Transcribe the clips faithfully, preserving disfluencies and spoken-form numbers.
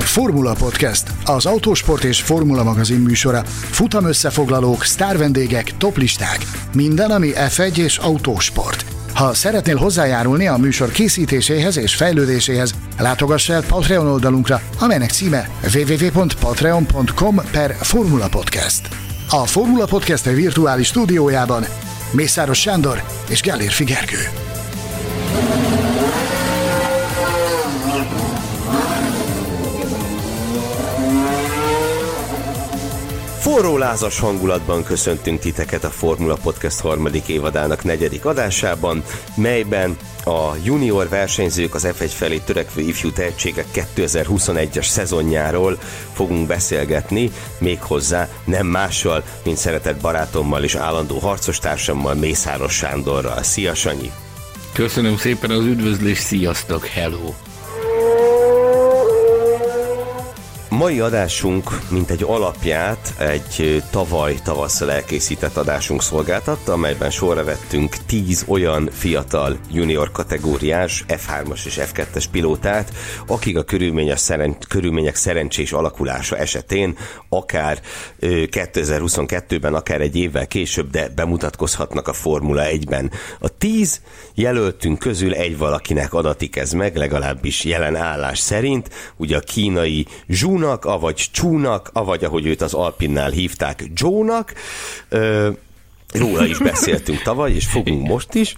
Formula Podcast, az autósport és formula magazin műsora. Futam összefoglalók, sztárvendégek, toplisták. Minden, ami ef egy és autósport. Ha szeretnél hozzájárulni a műsor készítéséhez és fejlődéséhez, látogass el Patreon oldalunkra, amelynek címe double-u double-u double-u pont patreon pont com per Formula Podcast. A Formula Podcast virtuális stúdiójában Mészáros Sándor és Gellérfi Gergő. Forrólázas hangulatban köszöntünk titeket a Formula Podcast harmadik évadának negyedik adásában, melyben a junior versenyzők, az ef egy felé törekvő ifjú tehetségek kétezer-huszonegyes szezonjáról fogunk beszélgetni, méghozzá nem mással, mint szeretett barátommal és állandó harcostársammal, Mészáros Sándorral. Szia, Sanyi! Köszönöm szépen az üdvözlést, sziasztok, hello! Mai adásunk, mint egy alapját, egy tavaly tavasszal elkészített adásunk szolgáltatta, amelyben sorra vettünk tíz olyan fiatal junior kategóriás ef hármas és ef kettes pilótát, akik a körülményes szeren- körülmények szerencsés alakulása esetén akár kétezer-huszonkettőben, akár egy évvel később, de bemutatkozhatnak a Formula egyben. A tíz jelöltünk közül egy valakinek adatik ez meg, legalábbis jelen állás szerint, ugye a kínai Zsúnak, avagy Csúnak, avagy ahogy őt az Alpinnál hívták, Joe-nak. Ö, róla is beszéltünk tavaly, és fogunk most is.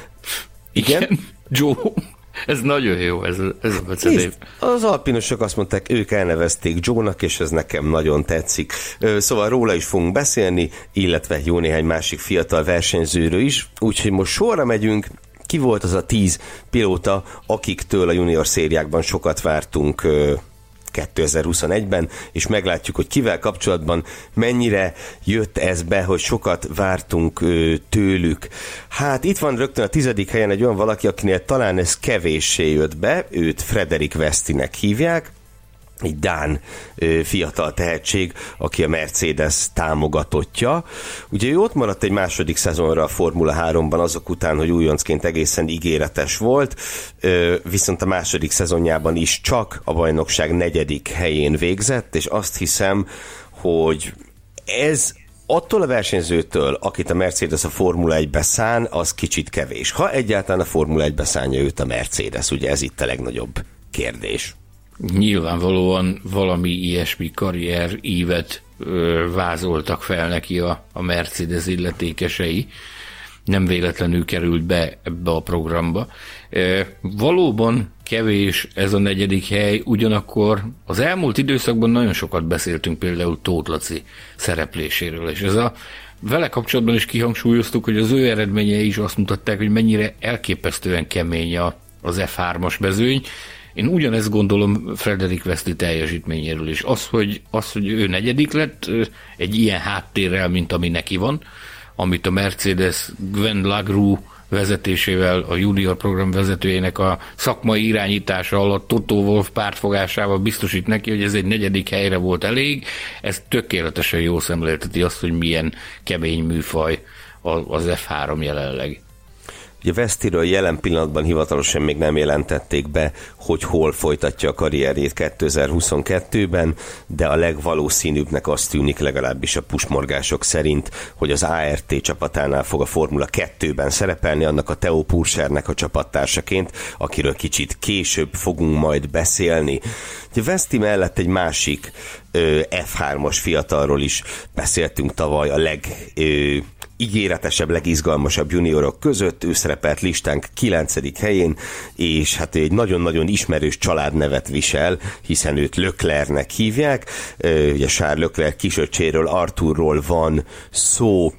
Igen? Igen, Joe. Ez nagyon jó, ez, ez a becedév. Az alpinosok azt mondták, ők elnevezték Joe-nak, és ez nekem nagyon tetszik. Ö, szóval róla is fogunk beszélni, illetve jó néhány másik fiatal versenyzőről is. Úgyhogy most sorra megyünk. Ki volt az a tíz pilóta, akiktől a junior szériákban sokat vártunk ö, kétezer-huszonegyben, és meglátjuk, hogy kivel kapcsolatban mennyire jött ez be, hogy sokat vártunk ö, tőlük. Hát itt van rögtön a tizedik helyen egy olyan valaki, akinél talán ez kevéssé jött be, őt Frederik Vesztinek hívják, egy dán ö, fiatal tehetség, aki a Mercedes támogatottja. Ugye ő ott maradt egy második szezonra a Formula háromban azok után, hogy újoncként egészen ígéretes volt, ö, viszont a második szezonjában is csak a bajnokság negyedik helyén végzett, és azt hiszem, hogy ez attól a versenyzőtől, akit a Mercedes a Formula egybe szán, az kicsit kevés. Ha egyáltalán a Formula egybe szánja őt a Mercedes, ugye ez itt a legnagyobb kérdés. Nyilvánvalóan valami ilyesmi karrier ívet ö, vázoltak fel neki a, a Mercedes illetékesei. Nem véletlenül került be ebbe a programba. E, valóban kevés ez a negyedik hely, ugyanakkor az elmúlt időszakban nagyon sokat beszéltünk például Tóth Laci szerepléséről, és ez a vele kapcsolatban is kihangsúlyoztuk, hogy az ő eredményei is azt mutatták, hogy mennyire elképesztően kemény a, az ef hármas mezőny. Én ugyanezt gondolom Frederik Veszti teljesítményéről is. Az hogy, az, hogy ő negyedik lett, egy ilyen háttérrel, mint ami neki van, amit a Mercedes Gwen Lagrue vezetésével, a junior program vezetőjének a szakmai irányítása alatt Toto Wolff pártfogásával biztosít neki, hogy ez egy negyedik helyre volt elég. Ez tökéletesen jól szemlélteti azt, hogy milyen kemény műfaj az ef három jelenleg. Ugye Vesztiről jelen pillanatban hivatalosan még nem jelentették be, hogy hol folytatja a karrierjét kétezer-huszonkettőben, de a legvalószínűbbnek azt tűnik, legalábbis a pusmorgások szerint, hogy az á er té csapatánál fog a Formula kettőben szerepelni, annak a Theo Pursernek a csapattársaként, akiről kicsit később fogunk majd beszélni. Ugye Veszti mellett egy másik ö, ef hármas fiatalról is beszéltünk tavaly, a leg... Ö, ígéretesebb, legizgalmasabb juniorok között, ő szerepelt listánk kilencedik helyén, és hát egy nagyon-nagyon ismerős családnevet visel, hiszen őt Leclercnek hívják, ugye Charles Leclerc kisöccséről, Arthurról van szó.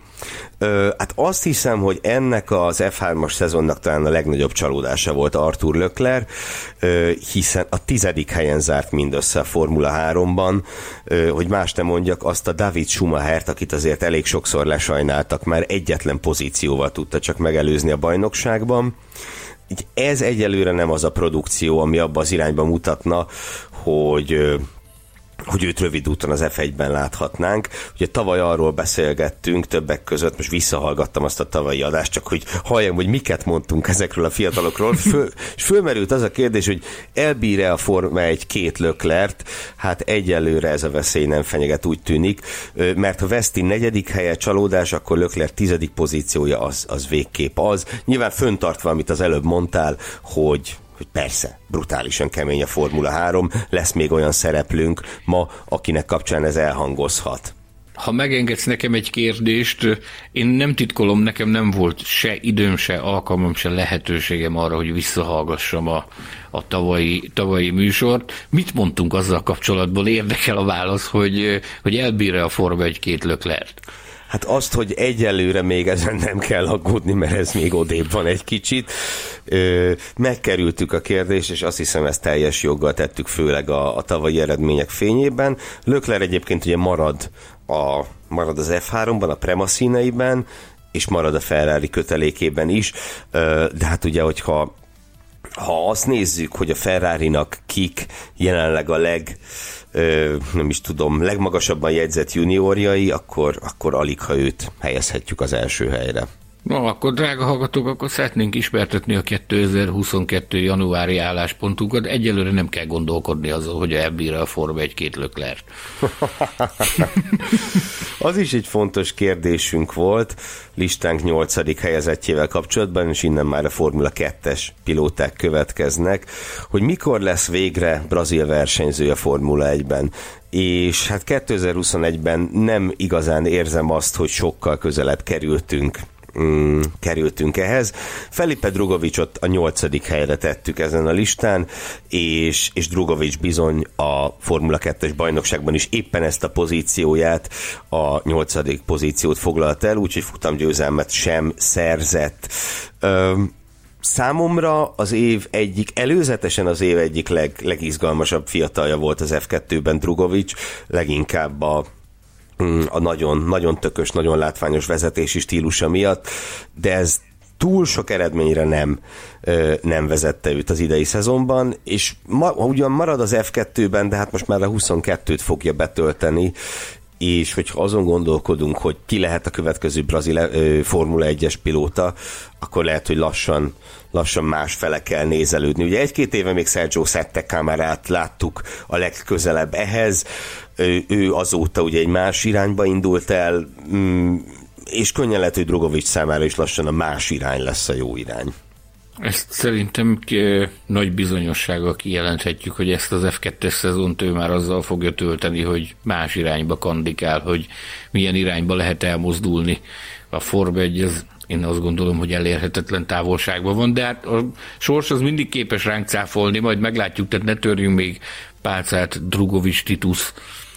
Ö, hát azt hiszem, hogy ennek az ef hármas szezonnak talán a legnagyobb csalódása volt Arthur Leclerc, ö, hiszen a tizedik helyen zárt mindössze a Formula háromban, ö, hogy más nem mondjak, azt a David Schumachert, akit azért elég sokszor lesajnáltak, már egyetlen pozícióval tudta csak megelőzni a bajnokságban. Így ez egyelőre nem az a produkció, ami abba az irányba mutatna, hogy... Ö, hogy őt rövid úton az ef egyben láthatnánk. Ugye tavaly arról beszélgettünk többek között, most visszahallgattam azt a tavalyi adást, csak hogy halljam, hogy miket mondtunk ezekről a fiatalokról, Föl, és fölmerült az a kérdés, hogy elbír-e a Forma egy két Leclerc-t? Hát egyelőre ez a veszély nem fenyeget, úgy tűnik, mert ha Veszti negyedik helye csalódás, akkor Leclerc tizedik pozíciója az, az végképp az. Nyilván föntartva, amit az előbb mondtál, hogy hogy persze, brutálisan kemény a Formula három, lesz még olyan szereplőnk ma, akinek kapcsán ez elhangozhat. Ha megengedsz nekem egy kérdést, én nem titkolom, nekem nem volt se időm, se alkalmam, se lehetőségem arra, hogy visszahallgassam a, a tavalyi, tavalyi műsort. Mit mondtunk azzal kapcsolatból? Érdekel a válasz, hogy, hogy elbír-e a Forma egy két Leclerc? Hát azt, hogy egyelőre még ezen nem kell aggódni, mert ez még odébb van egy kicsit. Megkerültük a kérdést, és azt hiszem, ezt teljes joggal tettük, főleg a, a tavalyi eredmények fényében. Leclerc egyébként ugye marad, a, marad az ef háromban, a Prema színeiben, és marad a Ferrari kötelékében is, de hát ugye, hogyha ha azt nézzük, hogy a Ferrarinak kik jelenleg a leg Ö, nem is tudom, legmagasabban jegyzett juniorjai, akkor, akkor alig, ha őt helyezhetjük az első helyre. No, akkor drága hallgatók, akkor szeretnénk ismertetni a kétezer-huszonkettő januári álláspontunkat. Egyelőre nem kell gondolkodni azon, hogy elbírja a Forma egy két Leclerc. Az is egy fontos kérdésünk volt listánk nyolcadik helyezettjével kapcsolatban, és innen már a Formula kettes pilóták következnek, hogy mikor lesz végre brazil versenyző a Formula egyben. És hát kétezer-huszonegyben nem igazán érzem azt, hogy sokkal közelebb kerültünk Mm, kerültünk ehhez. Felipe Drugovicot a nyolcadik helyre tettük ezen a listán, és, és Drugovic bizony a Formula kettes bajnokságban is éppen ezt a pozícióját, a nyolcadik pozíciót foglalt el, úgyhogy futamgyőzelmet sem szerzett. Öm, Számomra az év egyik, előzetesen az év egyik leg, legizgalmasabb fiatalja volt az ef kettőben Drugovic, leginkább a a nagyon, nagyon tökös, nagyon látványos vezetési stílusa miatt, de ez túl sok eredményre nem, nem vezette őt az idei szezonban, és ma, ugyan marad az ef kettőben, de hát most már a huszonkettőt fogja betölteni, és hogyha azon gondolkodunk, hogy ki lehet a következő brazil Formula egyes pilóta, akkor lehet, hogy lassan, lassan más fele kell nézelődni. Ugye egy-két éve még Sergio Sette Camarát láttuk a legközelebb ehhez, ő, ő azóta ugye egy más irányba indult el, és könnyen lehet, hogy Drugovic számára is lassan a más irány lesz a jó irány. Ezt szerintem nagy bizonyossággal kijelenthetjük, hogy ezt az ef kettes szezont ő már azzal fogja tölteni, hogy más irányba kandikál, hogy milyen irányba lehet elmozdulni. A Forma egy, ez én azt gondolom, hogy elérhetetlen távolságban van, de hát a sors az mindig képes ránk cáfolni, majd meglátjuk, tehát ne törjünk még pálcát Drugovic Titus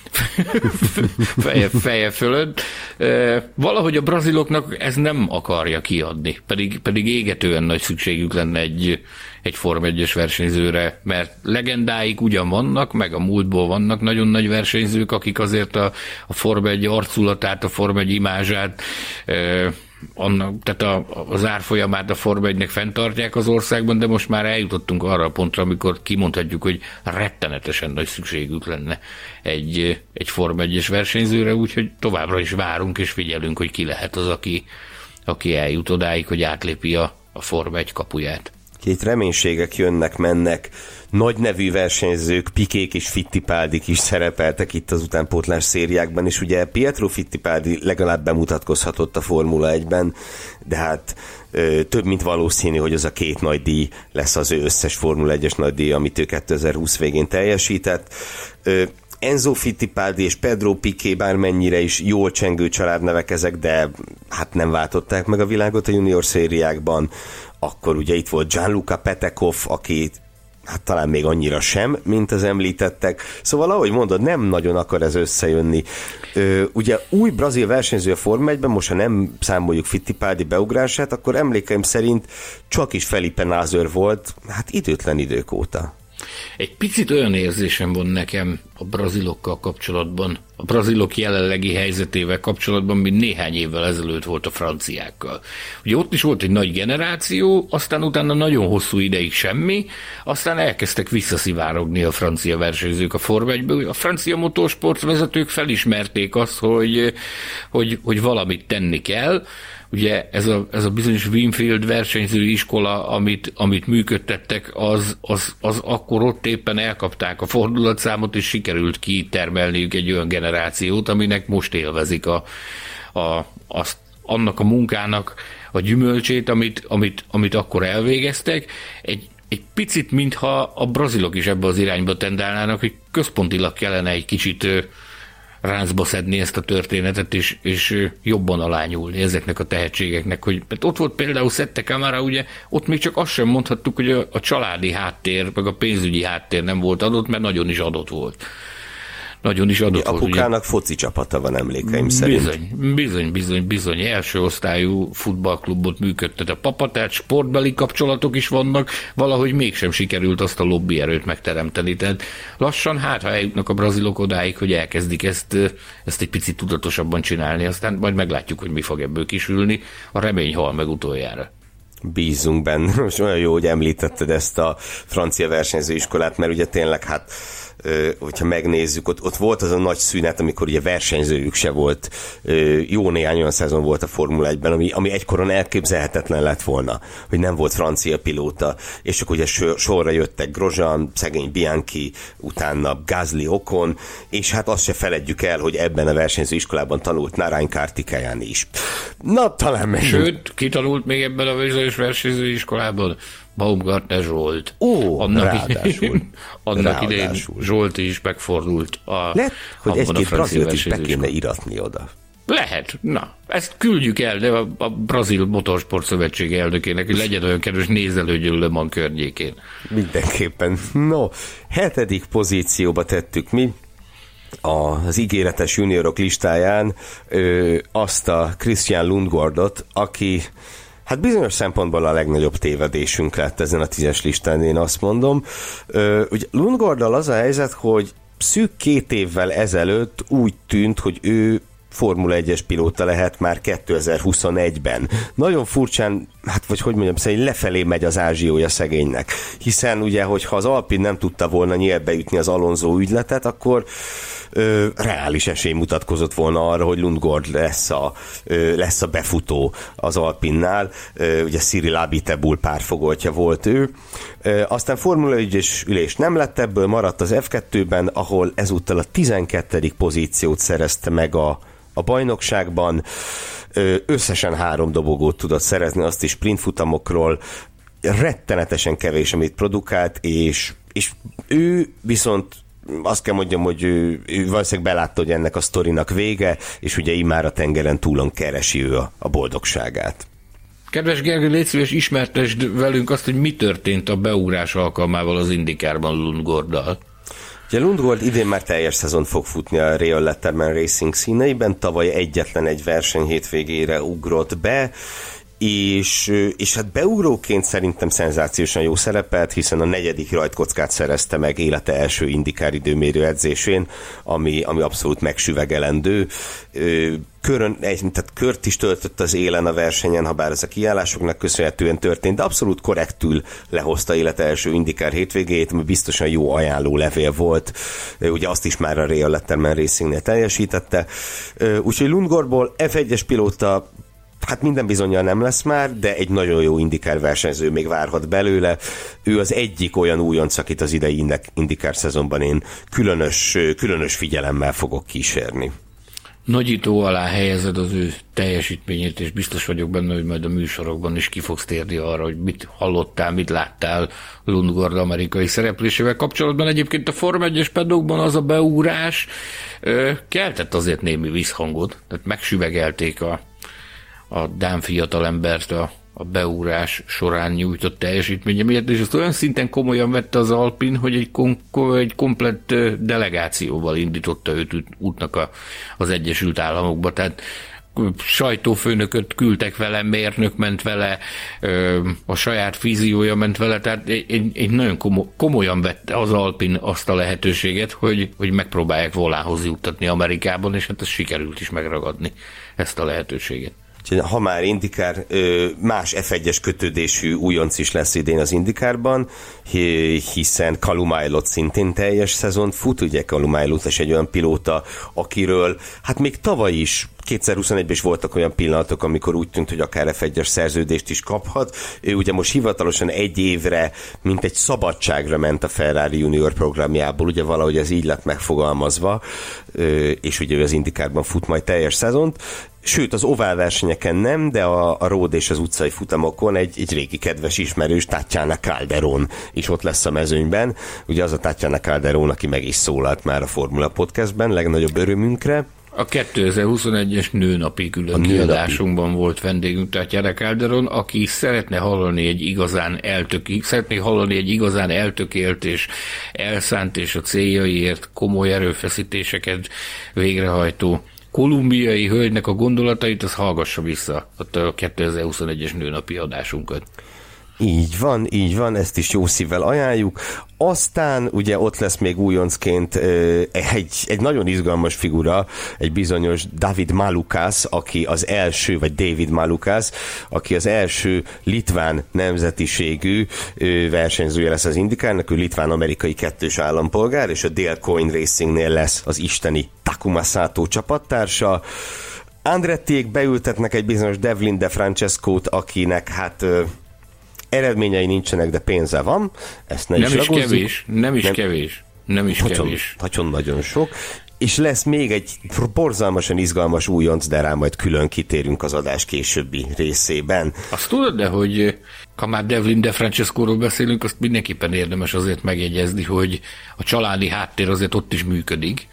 feje, feje fölött. E, valahogy a braziloknak ez nem akarja kiadni, pedig, pedig égetően nagy szükségük lenne egy, egy Forma egyes versenyzőre, mert legendáik ugyan vannak, meg a múltból vannak nagyon nagy versenyzők, akik azért a, a Forma egy arculatát, a Forma egy imázsát, e, annak, tehát a, az árfolyamát a Forma egynek fenntartják az országban, de most már eljutottunk arra a pontra, amikor kimondhatjuk, hogy rettenetesen nagy szükségük lenne egy, egy Forma egyes versenyzőre, úgyhogy továbbra is várunk és figyelünk, hogy ki lehet az, aki, aki eljut odáig, hogy átlépi a, a Forma egy kapuját. Két reménységek jönnek, mennek, nagy nevű versenyzők, Piquék és Fittipaldik is szerepeltek itt az utánpótlás szériákban, és ugye Pietro Fittipaldi legalább bemutatkozhatott a Formula egyben, de hát ö, több mint valószínű, hogy az a két nagy díj lesz az ő összes Formula egyes nagy díj, amit ő kétezer-húsz végén teljesített. Ö, Enzo Fittipaldi és Pedro Piqué bármennyire is jól csengő családnevek ezek, de hát nem váltották meg a világot a junior szériákban. Akkor ugye itt volt Gianluca Petekov, aki hát talán még annyira sem, mint az említettek. Szóval ahogy mondod, nem nagyon akar ez összejönni. Ö, ugye új brazil versenyző a Forma egyben, most ha nem számoljuk Fittipaldi beugrását, akkor emlékeim szerint csak is Felipe Nasr volt, hát időtlen idők óta. Egy picit olyan érzésem van nekem a brazilokkal kapcsolatban, a brazilok jelenlegi helyzetével kapcsolatban, mint néhány évvel ezelőtt volt a franciákkal. Ugye ott is volt egy nagy generáció, aztán utána nagyon hosszú ideig semmi, aztán elkezdtek visszaszivárogni a francia versenyzők a Forma egyből. A francia motorsportvezetők felismerték azt, hogy, hogy, hogy valamit tenni kell. Ugye ez a, ez a bizonyos Winfield versenyző iskola, amit, amit működtettek, az, az, az akkor ott éppen elkapták a fordulatszámot, és sikerült kitermelniük egy olyan generációt, aminek most élvezik a, a, azt, annak a munkának a gyümölcsét, amit, amit, amit akkor elvégeztek. Egy, egy picit, mintha a brazilok is ebbe az irányba tendálnának, hogy központilag kellene egy kicsit ráncba szedni ezt a történetet, és, és jobban alányulni ezeknek a tehetségeknek. Hogy, mert ott volt például Sette Câmara, ugye, ott még csak azt sem mondhattuk, hogy a, a családi háttér, meg a pénzügyi háttér nem volt adott, mert nagyon is adott volt. Nagyon is adott volt. Apukának foci csapata van, emlékeim szerint. Bizony, bizony, bizony, bizony. Első osztályú futballklubot működtet a papa, tehát sportbeli kapcsolatok is vannak, valahogy mégsem sikerült azt a lobbyerőt megteremteni. Tehát lassan hát, ha eljutnak a brazilok odáig, hogy elkezdik ezt, ezt egy picit tudatosabban csinálni, aztán majd meglátjuk, hogy mi fog ebből kisülni. A remény hal meg utoljára. Bízunk benne. Most olyan jó, hogy említetted ezt a francia versenyzőiskolát, mert ugye tényleg hát hogyha megnézzük, ott, ott volt az a nagy szünet, amikor ugye versenyzőjük se volt, jó néhány olyan szezon volt a Formula egyben, ami, ami egykoron elképzelhetetlen lett volna, hogy nem volt francia pilóta, és akkor ugye sorra jöttek Grosjean, szegény Bianchi, utána Gasly, Ocon, és hát azt se feledjük el, hogy ebben a versenyzőiskolában tanult Narain Karthikeyan is. Na, talán meg... Sőt, ki tanult még ebben a versenyzőiskolában? Baumgartner Zsolt. Ó, annak ráadásul. Annak ráadásul. idején Zsolt is megfordult. A, Lehet, hogy egy-két brazilt is be kéne iratni oda. Lehet. Na, ezt küldjük el de a, a Brazil Motorsport Szövetség elnökének, hogy legyen olyan kedves, nézelődjön Le Mans környékén. Mindenképpen. No, hetedik pozícióba tettük mi az ígéretes juniorok listáján ö, azt a Christian Lundgaardot, aki hát bizonyos szempontból a legnagyobb tévedésünk lett ezen a tízes listán, én azt mondom. Ö, ugye Lundgaarddal az a helyzet, hogy szűk két évvel ezelőtt úgy tűnt, hogy ő Formula egyes pilóta lehet már kétezer-huszonegyben. Nagyon furcsán, hát vagy hogy mondjam, szerintem lefelé megy az ázsiója szegénynek. Hiszen ugye, hogyha az Alpine nem tudta volna nyílbe ütni az Alonso ügyletet, akkor ö, reális esély mutatkozott volna arra, hogy Lundgaard lesz a, ö, lesz a befutó az Alpinnál. Ö, ugye Cyril Abiteboul párfogoltja volt ő. Ö, aztán Formula egyes ülés nem lett ebből, maradt az ef kettőben, ahol ezúttal a tizenkettedik pozíciót szerezte meg a a bajnokságban, összesen három dobogót tudott szerezni, azt is sprintfutamokról, rettenetesen kevés, amit produkált, és, és ő viszont azt kell mondjam, hogy ő, ő valószínűleg belátta, hogy ennek a sztorinak vége, és ugye immár a tengeren túlon keresi ő a, a boldogságát. Kedves Gergő, légy szíves, ismertesd velünk azt, hogy mi történt a beugrás alkalmával az IndyCarban Lundgaarddal. Ugye Lundgaard idén már teljes szezon fog futni a Real Letterman Racing színeiben, tavaly egyetlen egy verseny hétvégére ugrott be, és, és hát beugróként szerintem szenzációsan jó szerepelt, hiszen a negyedik rajtkockát szerezte meg élete első IndyCar időmérő edzésén, ami, ami abszolút megsüvegelendő. Körön, tehát kört is töltött az élen a versenyen, ha bár ez a kiállásoknak köszönhetően történt, de abszolút korrektül lehozta élete első IndyCar hétvégét, ami biztosan jó ajánló levél volt. Ugye azt is már a Real Letterman Racingnél teljesítette. Úgyhogy Lundgaardból ef egyes pilóta hát minden bizonnyal nem lesz már, de egy nagyon jó IndyCar versenyző még várhat belőle. Ő az egyik olyan újonc, akit az idei IndyCar szezonban én különös, különös figyelemmel fogok kísérni. Nagyító alá helyezed az ő teljesítményét, és biztos vagyok benne, hogy majd a műsorokban is ki fogsz térni arra, hogy mit hallottál, mit láttál Lundgaard amerikai szereplésével kapcsolatban. Egyébként a Forma egyes pedokban az a beugrás ö, keltett azért némi visszhangot, tehát megsüvegelték a a dán fiatalembert a, a beugrás során nyújtott teljesítménye miatt, és ezt olyan szinten komolyan vette az Alpine, hogy egy, kom, egy komplett delegációval indította őt útnak a, az Egyesült Államokba. Tehát sajtófőnököt küldtek vele, mérnök ment vele, a saját víziója ment vele, tehát egy, egy nagyon komolyan vette az Alpin azt a lehetőséget, hogy, hogy megpróbálják volához juttatni Amerikában, és hát ez sikerült is megragadni ezt a lehetőséget. Ha már IndyCar, más ef egyes kötődésű újonc is lesz idén az IndyCarban, hiszen Callum Ilott szintén teljes szezont fut, ugye Callum Ilott is egy olyan pilóta, akiről hát még tavaly is, kétezer-huszonegyben is voltak olyan pillanatok, amikor úgy tűnt, hogy akár ef egyes szerződést is kaphat. Ő ugye most hivatalosan egy évre, mint egy szabadságra ment a Ferrari Junior programjából, ugye valahogy ez így lett megfogalmazva, és ugye ő az IndyCarban fut majd teljes szezont. Sőt, az ovál versenyeken nem, de a, a road és az utcai futamokon egy, egy régi kedves ismerős, Tatjana Calderon is ott lesz a mezőnyben. Ugye az a Tatjana Calderon, aki meg is szólalt már a Formula Podcastben, legnagyobb örömünkre. A kétezer-huszonegyes nőnapi külön kiadásunkban volt vendégünk Tatjana Calderon, aki szeretne hallani egy igazán eltökélt, szeretné hallani egy igazán eltökélt és elszánt és a céljaiért komoly erőfeszítéseket végrehajtó kolumbiai hölgynek a gondolatait, az hallgassa vissza a kétezer-huszonegyes nőnapi adásunkat. Így van, így van, ezt is jó szívvel ajánljuk. Aztán ugye ott lesz még újoncként egy, egy nagyon izgalmas figura, egy bizonyos David Malukas, aki az első, vagy David Malukas, aki az első litván nemzetiségű versenyzője lesz az IndyCarnak, ő litván-amerikai kettős állampolgár, és a Dale Coyne Racingnél lesz az isteni Takuma Sato csapattársa. Andrettiék beültetnek egy bizonyos Devlin De Francescót, akinek hát eredményei nincsenek, de pénze van. Ezt ne nem is, is kevés, nem is nem, kevés, nem is nagyon, kevés. Nagyon, nagyon sok. És lesz még egy borzalmasan izgalmas újonc, de rá majd külön kitérünk az adás későbbi részében. Azt tudod, de hogy ha már Devlin De Francescóról beszélünk, azt mindenképpen érdemes azért megjegyezni, hogy a családi háttér azért ott is működik.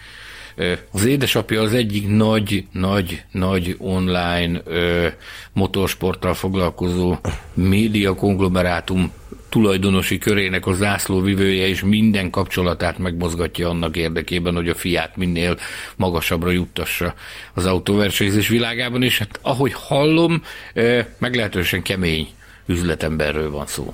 Az édesapja az egyik nagy, nagy, nagy online ö, motorsporttal foglalkozó média konglomerátum tulajdonosi körének a zászlóvivője, és minden kapcsolatát megmozgatja annak érdekében, hogy a fiát minél magasabbra juttassa az autóversenyzés világában, és hát ahogy hallom, ö, meglehetősen kemény üzletemberről van szó.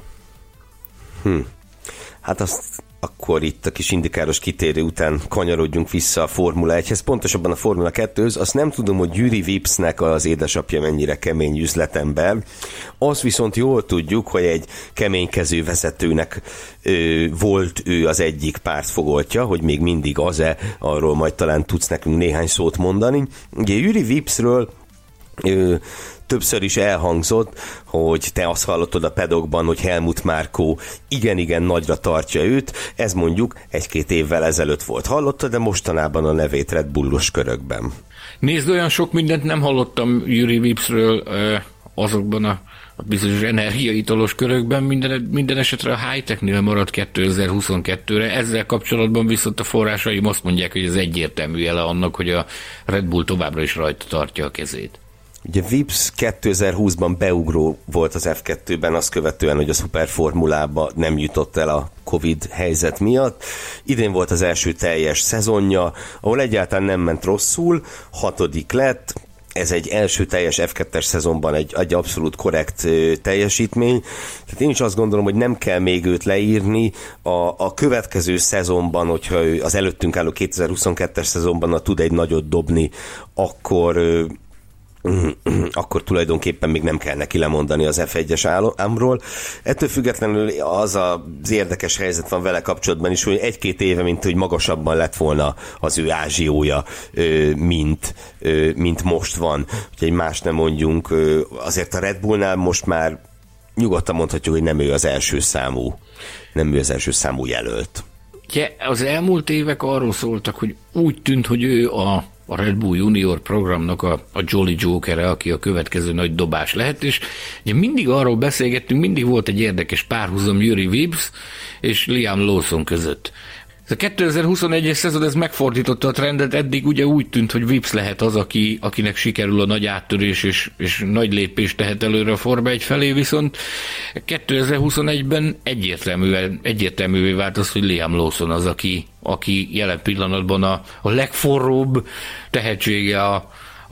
Hm. Hát azt akkor itt a kis indikáros kitérő után kanyarodjunk vissza a Formula egyhez, pontosabban a Formula kettőhöz. Azt nem tudom, hogy Jüri Vipsnek az édesapja mennyire kemény üzletember. Azt viszont jól tudjuk, hogy egy keménykező vezetőnek ö, volt ő az egyik pártfogoltja, hogy még mindig az-e, arról majd talán tudsz nekünk néhány szót mondani. Ugye Jüri Vipsről ö, többször is elhangzott, hogy te azt hallottad a pedokban, hogy Helmut Márkó igen-igen nagyra tartja őt, ez mondjuk egy-két évvel ezelőtt volt. Hallottad, de mostanában a nevét Red Bullos körökben? Nézd, olyan sok mindent nem hallottam Jüri Vipsről azokban a a bizonyos energiaitalos körökben, minden, minden esetre a high-technél maradt kétezer-huszonkettőre. Ezzel kapcsolatban viszont a forrásaim azt mondják, hogy ez egyértelmű jele annak, hogy a Red Bull továbbra is rajta tartja a kezét. Ugye Vips kétezer-húszban beugró volt az ef kettőben, azt követően, hogy a szuperformulába nem jutott el a Covid helyzet miatt. Idén volt az első teljes szezonja, ahol egyáltalán nem ment rosszul, hatodik lett. Ez egy első teljes ef kettes szezonban egy, egy abszolút korrekt ö, teljesítmény. Tehát én is azt gondolom, hogy nem kell még őt leírni. A, a következő szezonban, hogyha ő az előttünk álló kétezer-huszonkettes szezonban na, tud egy nagyot dobni, akkor... Ö, akkor tulajdonképpen még nem kell neki lemondani az ef egyes államról. Ettől függetlenül az az érdekes helyzet van vele kapcsolatban is, hogy egy-két éve, mint hogy magasabban lett volna az ő ázsiója, mint, mint most van. Úgyhogy más nem mondjunk, azért a Red Bullnál most már nyugodtan mondhatjuk, hogy nem ő az első számú, nem ő az első számú jelölt. Ja, az elmúlt évek arról szóltak, hogy úgy tűnt, hogy ő a a Red Bull Junior programnak a, a Jolly Joker-e, aki a következő nagy dobás lehet, és ugye mindig arról beszélgettünk, mindig volt egy érdekes párhuzam Jüri Vips és Liam Lawson között. Ez a kétezer-huszonegyes szezon ez megfordította a trendet, eddig ugye úgy tűnt, hogy Vips lehet az, aki, akinek sikerül a nagy áttörés, és, és nagy lépést tehet előre a Forma egy felé, viszont kétezer-huszonegyben egyértelműen, egyértelművé vált az, hogy Liam Lawson az, aki, aki jelen pillanatban a, a legforróbb tehetsége a,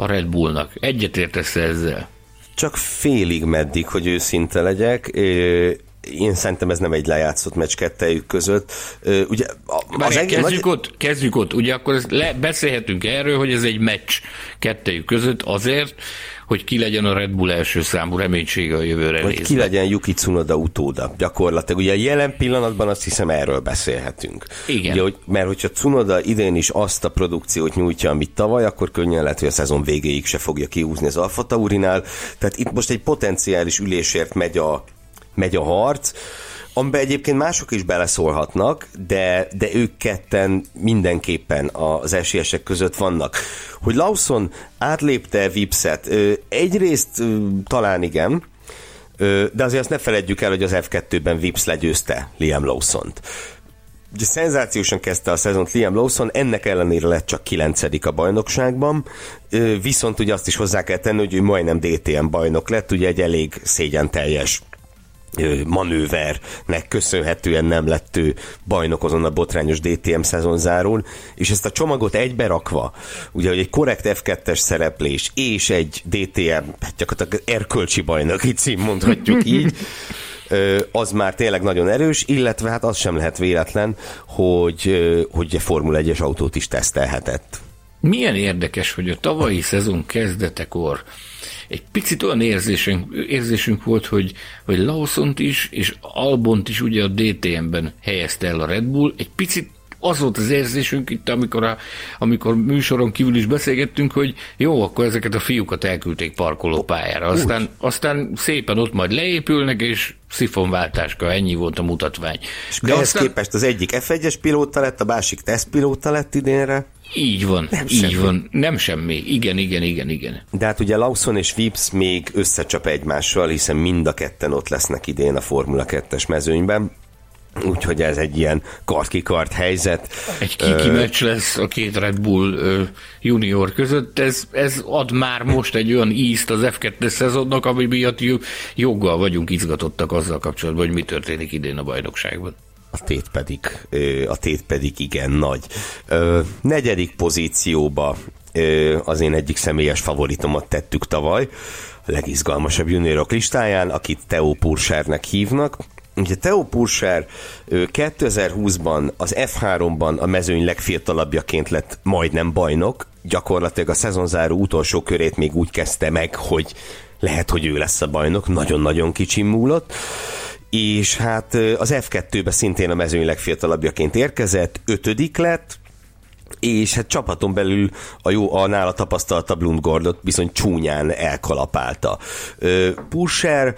a Red Bullnak. Egyetértesz ezzel? Csak félig meddig, hogy őszinte legyek. Én szerintem ez nem egy lejátszott meccs kettejük között. Ugye, az egész kezdjük, nagy... ott, kezdjük ott, ugye akkor le, beszélhetünk erről, hogy ez egy meccs kettejük között azért, hogy ki legyen a Red Bull első számú reménysége a jövőre nézve. Hogy ki legyen Yuki Tsunoda utóda, gyakorlatilag. Ugye jelen pillanatban azt hiszem erről beszélhetünk. Igen. Ugye, hogy, mert hogyha Tsunoda idén is azt a produkciót nyújtja, amit tavaly, akkor könnyen lehet, hogy a szezon végéig se fogja kihúzni az Alfa Taurinál. Tehát itt most egy potenciális ülésért megy a megy a harc, amiben egyébként mások is beleszólhatnak, de, de ők ketten mindenképpen az esélyesek között vannak. Hogy Lawson átlépte Vipset, egyrészt talán igen, de azért azt ne feledjük el, hogy az ef kettőben Vips legyőzte Liam Lawsont. Ugye szenzációsan kezdte a szezont Liam Lawson, ennek ellenére lett csak kilencedik a bajnokságban, viszont ugye azt is hozzá kell tenni, hogy ő majdnem dé té em bajnok lett, ugye egy elég szégyenteljes manővernek köszönhetően nem lett ő bajnok azon a botrányos dé té em szezonzárón, és ezt a csomagot egybe rakva, ugye, hogy egy korrekt ef kettes szereplés és egy dé té em, hát gyakorlatilag erkölcsi bajnoki cím, mondhatjuk így, az már tényleg nagyon erős, illetve hát az sem lehet véletlen, hogy, hogy a Formula egyes autót is tesztelhetett. Milyen érdekes, hogy a tavalyi szezon kezdetekor egy picit olyan érzésünk, érzésünk volt, hogy, hogy Lawsont is, és Albont is ugye a dé té em-ben helyezte el a Red Bull. Egy picit az volt az érzésünk itt, amikor, a, amikor műsoron kívül is beszélgettünk, hogy jó, akkor ezeket a fiúkat elküldték parkolópályára. Aztán, aztán szépen ott majd leépülnek, és szifonváltáska, ennyi volt a mutatvány. És de ehhez aztán... képest az egyik ef egyes pilóta lett, a másik tesztpilóta lett idénre. Így van, nem így semmi. van. Nem semmi. Igen, igen, igen, igen. De hát ugye Lawson és Vips még összecsap egymással, hiszen mind a ketten ott lesznek idén a Formula kettes mezőnyben. Úgyhogy ez egy ilyen kard-ki-kard helyzet. Egy kiki uh, meccs lesz a két Red Bull uh, junior között. Ez, ez ad már most egy olyan ízt az ef kettes szezonnak, ami miatt joggal vagyunk izgatottak azzal kapcsolatban, hogy mi történik idén a bajnokságban. A tét pedig, a tét pedig igen nagy. Negyedik pozícióba az én egyik személyes favoritomat tettük tavaly, a legizgalmasabb juniorok listáján, akit Theo Pourchaire-nek hívnak. Ugye Theo Pourchaire kétezer-húszban az ef háromban a mezőny legfiatalabbjaként lett majdnem bajnok, gyakorlatilag a szezonzáró utolsó körét még úgy kezdte meg, hogy lehet, hogy ő lesz a bajnok, nagyon-nagyon kicsin múlott, és hát az ef kettőbe szintén a mezőny legfiatalabbjaként érkezett, ötödik lett, és hát csapaton belül a jó, a nála tapasztaltabb Lundgaardot bizony csúnyán elkalapálta. Pourchaire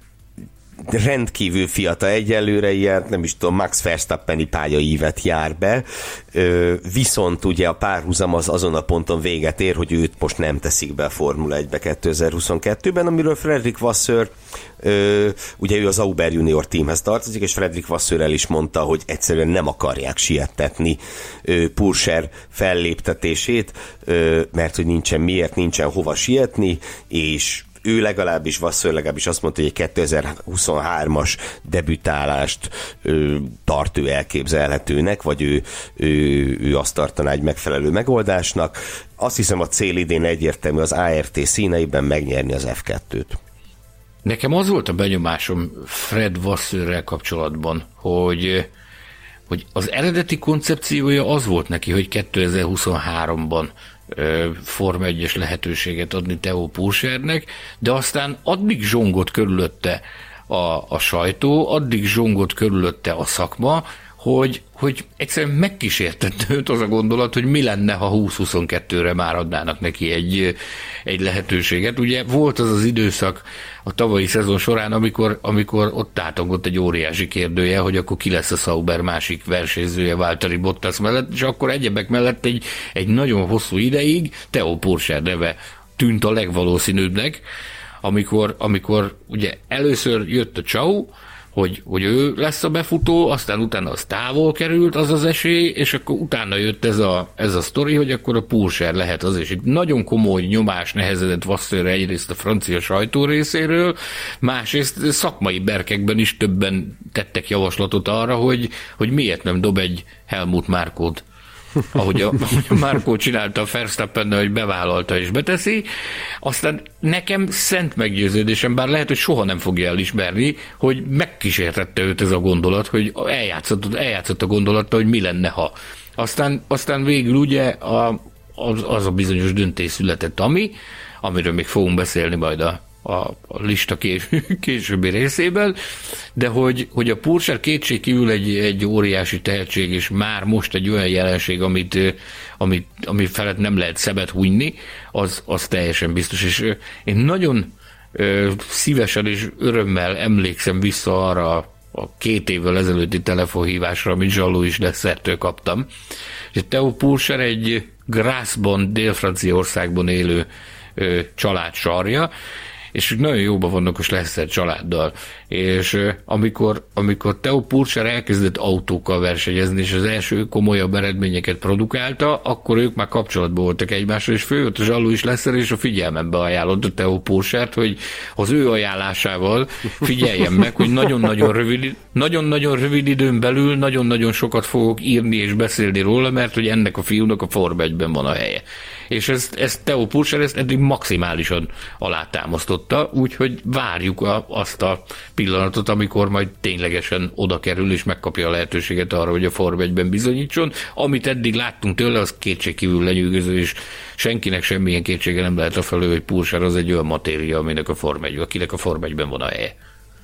rendkívül fiatal egyelőre, ilyen, nem is tudom, Max Verstappeni pályaívet jár be, viszont ugye a párhuzam az azon a ponton véget ér, hogy őt most nem teszik be a Formula egybe kétezer-huszonkettőben, amiről Frederick Vasseur, ugye ő az Auber Junior teamhez tartozik, és Frederick Vasseur el is mondta, hogy egyszerűen nem akarják siettetni Pourchaire felléptetését, mert hogy nincsen miért, nincsen hova sietni, és ő legalábbis, Vasseur legalábbis azt mondta, hogy egy kétezer-huszonhármas debütálást ö, tart ő elképzelhetőnek, vagy ő, ő, ő azt tartaná egy megfelelő megoldásnak. Azt hiszem, a cél idén egyértelmű az á er té színeiben megnyerni az ef kettőt. Nekem az volt a benyomásom Fred Vasseurrel kapcsolatban, hogy, hogy az eredeti koncepciója az volt neki, hogy kétezer-huszonháromban Forma egyes lehetőséget adni Theo Pourchaire-nek, de aztán addig zsongott körülötte a, a sajtó, addig zsongott körülötte a szakma, hogy, hogy egyszerűen megkísértett őt az a gondolat, hogy mi lenne, ha húsz-huszonkettőre már adnának neki egy, egy lehetőséget. Ugye volt az az időszak a tavalyi szezon során, amikor, amikor ott átongott egy óriási kérdője, hogy akkor ki lesz a Sauber másik versenyzője Valtteri Bottas mellett, és akkor egyebek mellett egy, egy nagyon hosszú ideig Theo Pourchaire neve tűnt a legvalószínűbbnek, amikor, amikor ugye először jött a Ciao, hogy, hogy ő lesz a befutó, aztán utána az távol került, az az esély, és akkor utána jött ez a, ez a sztori, hogy akkor a Pourchaire lehet az, és itt nagyon komoly nyomás nehezedett Vasseurre egyrészt a francia sajtó részéről, másrészt szakmai berkekben is többen tettek javaslatot arra, hogy, hogy miért nem dob egy Helmut Markót ahogy a, ahogy a Marco csinálta a Verstappennel, hogy bevállalta és beteszi. Aztán nekem szent meggyőződésem, bár lehet, hogy soha nem fogja elismerni, hogy megkísértette őt ez a gondolat, hogy eljátszott, eljátszott a gondolattal, hogy mi lenne, ha. Aztán, aztán végül ugye a, az, az a bizonyos döntés született, ami, amiről még fogunk beszélni majd a a, a lista kés, későbbi részében, de hogy, hogy a Purser kétségkívül egy, egy óriási tehetség, és már most egy olyan jelenség, amit, amit, ami felett nem lehet szemet hunyni, az, az teljesen biztos. És én nagyon ö, szívesen és örömmel emlékszem vissza arra a két évvel ezelőtti telefonhívásra, amit Jean-Louis Lessertől kaptam. És Theo Purser egy Grasse-ban, Dél-Franciaországban élő ö, család sarja, és nagyon jóban vannak a Schlesser családdal. És amikor, amikor Theo Purser elkezdett autókkal versenyezni, és az első komolyabb eredményeket produkálta, akkor ők már kapcsolatban voltak egymással, és főjött a Jean-Louis Schlesser, és a figyelmembe ajánlott Theo Pursert, hogy az ő ajánlásával figyeljem meg, hogy nagyon-nagyon rövid, nagyon-nagyon rövid időn belül nagyon-nagyon sokat fogok írni és beszélni róla, mert hogy ennek a fiúnak a Forma egyben van a helye. És ezt, ezt Theo Purser ezt eddig maximálisan alátámasztotta, úgyhogy várjuk a, azt a pillanatot, amikor majd ténylegesen oda kerül, és megkapja a lehetőséget arra, hogy a Forma egyben bizonyítson. Amit eddig láttunk tőle, az kétségkívül lenyűgöző, és senkinek semmilyen kétsége nem lehet afelől, hogy Purser az egy olyan matéria, aminek a Forma egy, akinek a Forma egyben van a helye.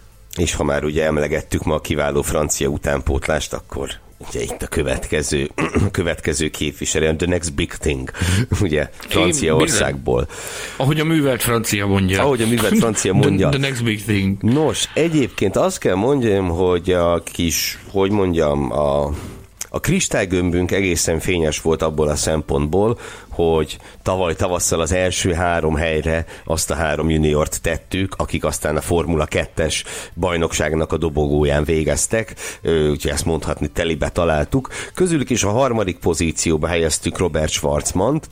És ha már ugye emlegettük ma a kiváló francia utánpótlást, akkor ugye itt a következő, következő képviselő, the next big thing, ugye, Franciaországból. Ahogy a művelt francia mondja. Ahogy a művelt francia mondja. The, the next big thing. Nos, egyébként azt kell mondjam, hogy a kis, hogy mondjam, a A kristálygömbünk egészen fényes volt abból a szempontból, hogy tavaly tavasszal az első három helyre azt a három juniort tettük, akik aztán a Formula kettes bajnokságnak a dobogóján végeztek, úgyhogy ezt mondhatni telibe találtuk. Közülük is a harmadik pozícióba helyeztük Robert Schwarzmant.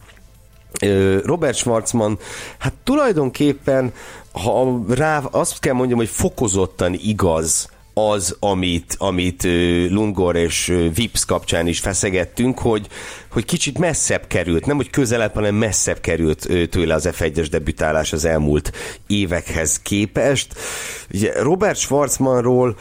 Robert Schwarzman, hát tulajdonképpen, ha rá azt kell mondjam, hogy fokozottan igaz az, amit, amit Lundgaard és Vips kapcsán is feszegettünk, hogy, hogy kicsit messzebb került, nem hogy közelebb, hanem messzebb került tőle az ef egyes debütálás az elmúlt évekhez képest. Ugye Robert Schwarzmanról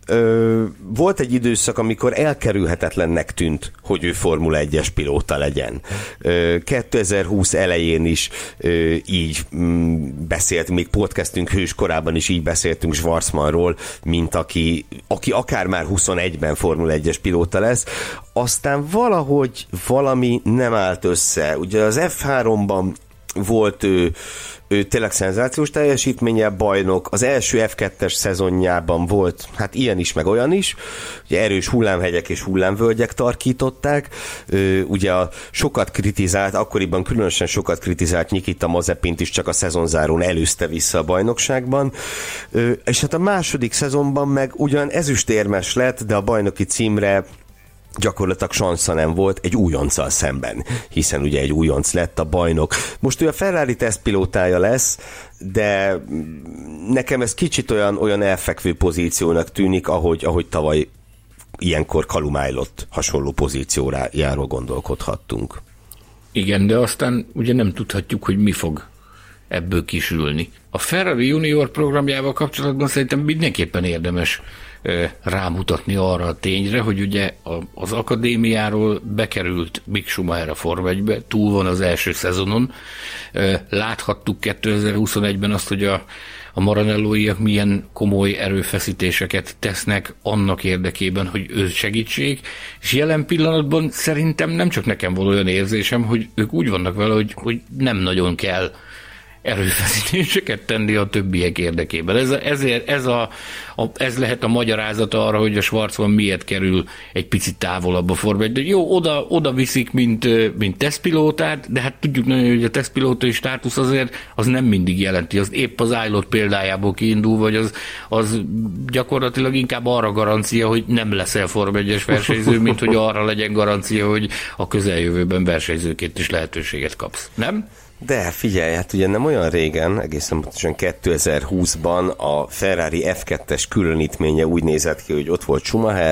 Ö, volt egy időszak, amikor elkerülhetetlennek tűnt, hogy ő Formula egyes pilóta legyen. Ö, kétezer-húsz elején is ö, így mm, beszéltünk, még podcastünk hőskorában is így beszéltünk Schwarzmanról, mint aki, aki akár már huszonegyben Formula egyes pilóta lesz. Aztán valahogy valami nem állt össze. Ugye az ef háromban volt ő, ő tényleg szenzációs teljesítménye, bajnok, az első ef kettes szezonjában volt, hát ilyen is, meg olyan is, ugye erős hullámhegyek és hullámvölgyek tarkították, ugye a sokat kritizált, akkoriban különösen sokat kritizált Nikita Mazepint is csak a szezonzárón előzte vissza a bajnokságban, és hát a második szezonban meg ugyan ezüstérmes lett, de a bajnoki címre gyakorlatilag sansza nem volt egy újonccal szemben, hiszen ugye egy újonc lett a bajnok. Most ő a Ferrari tesztpilótája lesz, de nekem ez kicsit olyan, olyan elfekvő pozíciónak tűnik, ahogy, ahogy tavaly ilyenkor Kalumájlott hasonló pozíciójáról gondolkodhattunk. Igen, de aztán ugye nem tudhatjuk, hogy mi fog ebből kisülni. A Ferrari Junior programjával kapcsolatban szerintem mindenképpen érdemes rámutatni arra a tényre, hogy ugye az akadémiáról bekerült Mick Schumacher a Forma egybe, túl van az első szezonon. Láthattuk kétezer-huszonegyben azt, hogy a, a Maranellóiak milyen komoly erőfeszítéseket tesznek annak érdekében, hogy őt segítsék, és jelen pillanatban szerintem nem csak nekem van olyan érzésem, hogy ők úgy vannak vele, hogy, hogy nem nagyon kell erőfeszítéseket tenni a többiek érdekében. Ez, ezért, ez, a, a, ez lehet a magyarázata arra, hogy a Schwarzman miért kerül egy picit távolabb a Forma egy. De jó, oda, oda viszik, mint, mint tesztpilótát, de hát tudjuk nagyon, hogy a tesztpilótai státusz azért az nem mindig jelenti. Az épp az Ailot példájából kiindul, vagy az, az gyakorlatilag inkább arra garancia, hogy nem leszel Forma egyes versenyző, mint hogy arra legyen garancia, hogy a közeljövőben versenyzőként is lehetőséget kapsz. Nem? De figyelj, hát ugye nem olyan régen, egészen pontosan kétezer-húszban a Ferrari ef kettes különítménye úgy nézett ki, hogy ott volt Schumacher,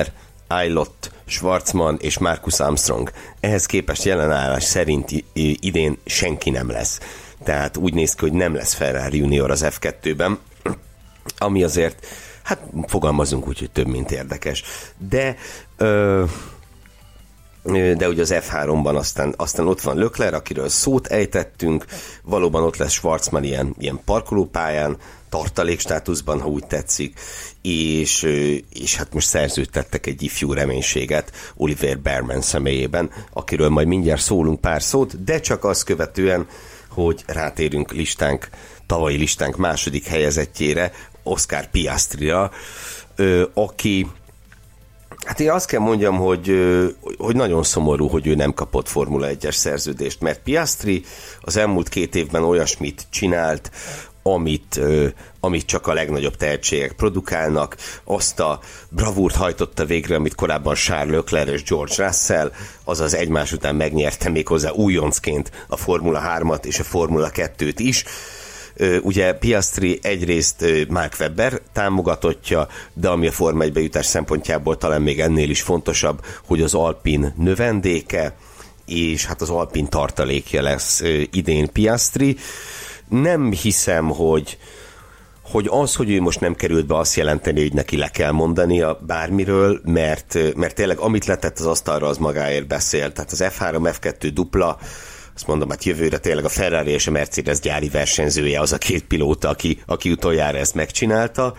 Aylott, Schwarzman és Marcus Armstrong. Ehhez képest jelenállás szerint idén senki nem lesz. Tehát úgy néz ki, hogy nem lesz Ferrari junior az ef kettőben, ami azért, hát fogalmazunk úgy, hogy több, mint érdekes. De... Ö, de ugye az ef háromban aztán, aztán ott van Leclerc, akiről szót ejtettünk, valóban ott lesz Schwarzman ilyen, ilyen parkolópályán, tartalékstátuszban, ha úgy tetszik, és, és hát most szerződtettek egy ifjú reménységet Oliver Bearman személyében, akiről majd mindjárt szólunk pár szót, de csak azt követően, hogy rátérünk listánk, tavalyi listánk második helyezettjére, Oscar Piastrira, aki hát én azt kell mondjam, hogy, hogy nagyon szomorú, hogy ő nem kapott Formula egyes szerződést, mert Piastri az elmúlt két évben olyasmit csinált, amit, amit csak a legnagyobb tehetségek produkálnak, azt a bravúrt hajtotta végre, amit korábban Charles Leclerc és George Russell, azaz egymás után megnyerte méghozzá újoncként a Formula hármat és a Formula kettőt is. Ugye Piastri egyrészt Mark Webber támogatottja, de ami a Forma egybe jutás szempontjából talán még ennél is fontosabb, hogy az Alpine növendéke, és hát az Alpine tartalékja lesz idén Piastri. Nem hiszem, hogy, hogy az, hogy ő most nem került be, azt jelenteni, hogy neki le kell mondania bármiről, mert, mert tényleg amit letett az asztalra, az magáért beszél. Tehát az ef három, ef kettő dupla, azt mondom, hát jövőre tényleg a Ferrari és a Mercedes gyári versenyzője az a két pilóta, aki, aki utoljára ezt megcsinálta.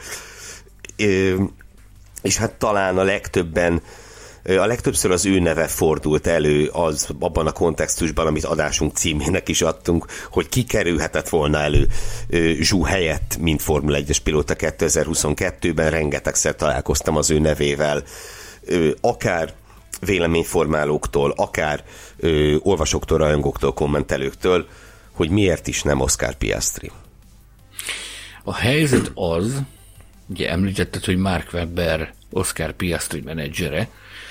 És hát talán a legtöbben, a legtöbbször az ő neve fordult elő az abban a kontextusban, amit adásunk címének is adtunk, hogy ki kerülhetett volna elő Zsú helyett, mint Formula egyes pilóta kétezer-huszonkettőben. Rengetegszer találkoztam az ő nevével, akár véleményformálóktól, akár ö, olvasóktól, rajongóktól, kommentelőktől, hogy miért is nem Oscar Piastri. A helyzet az, ugye említetted, hogy Mark Webber Oscar Piastri menedzsere,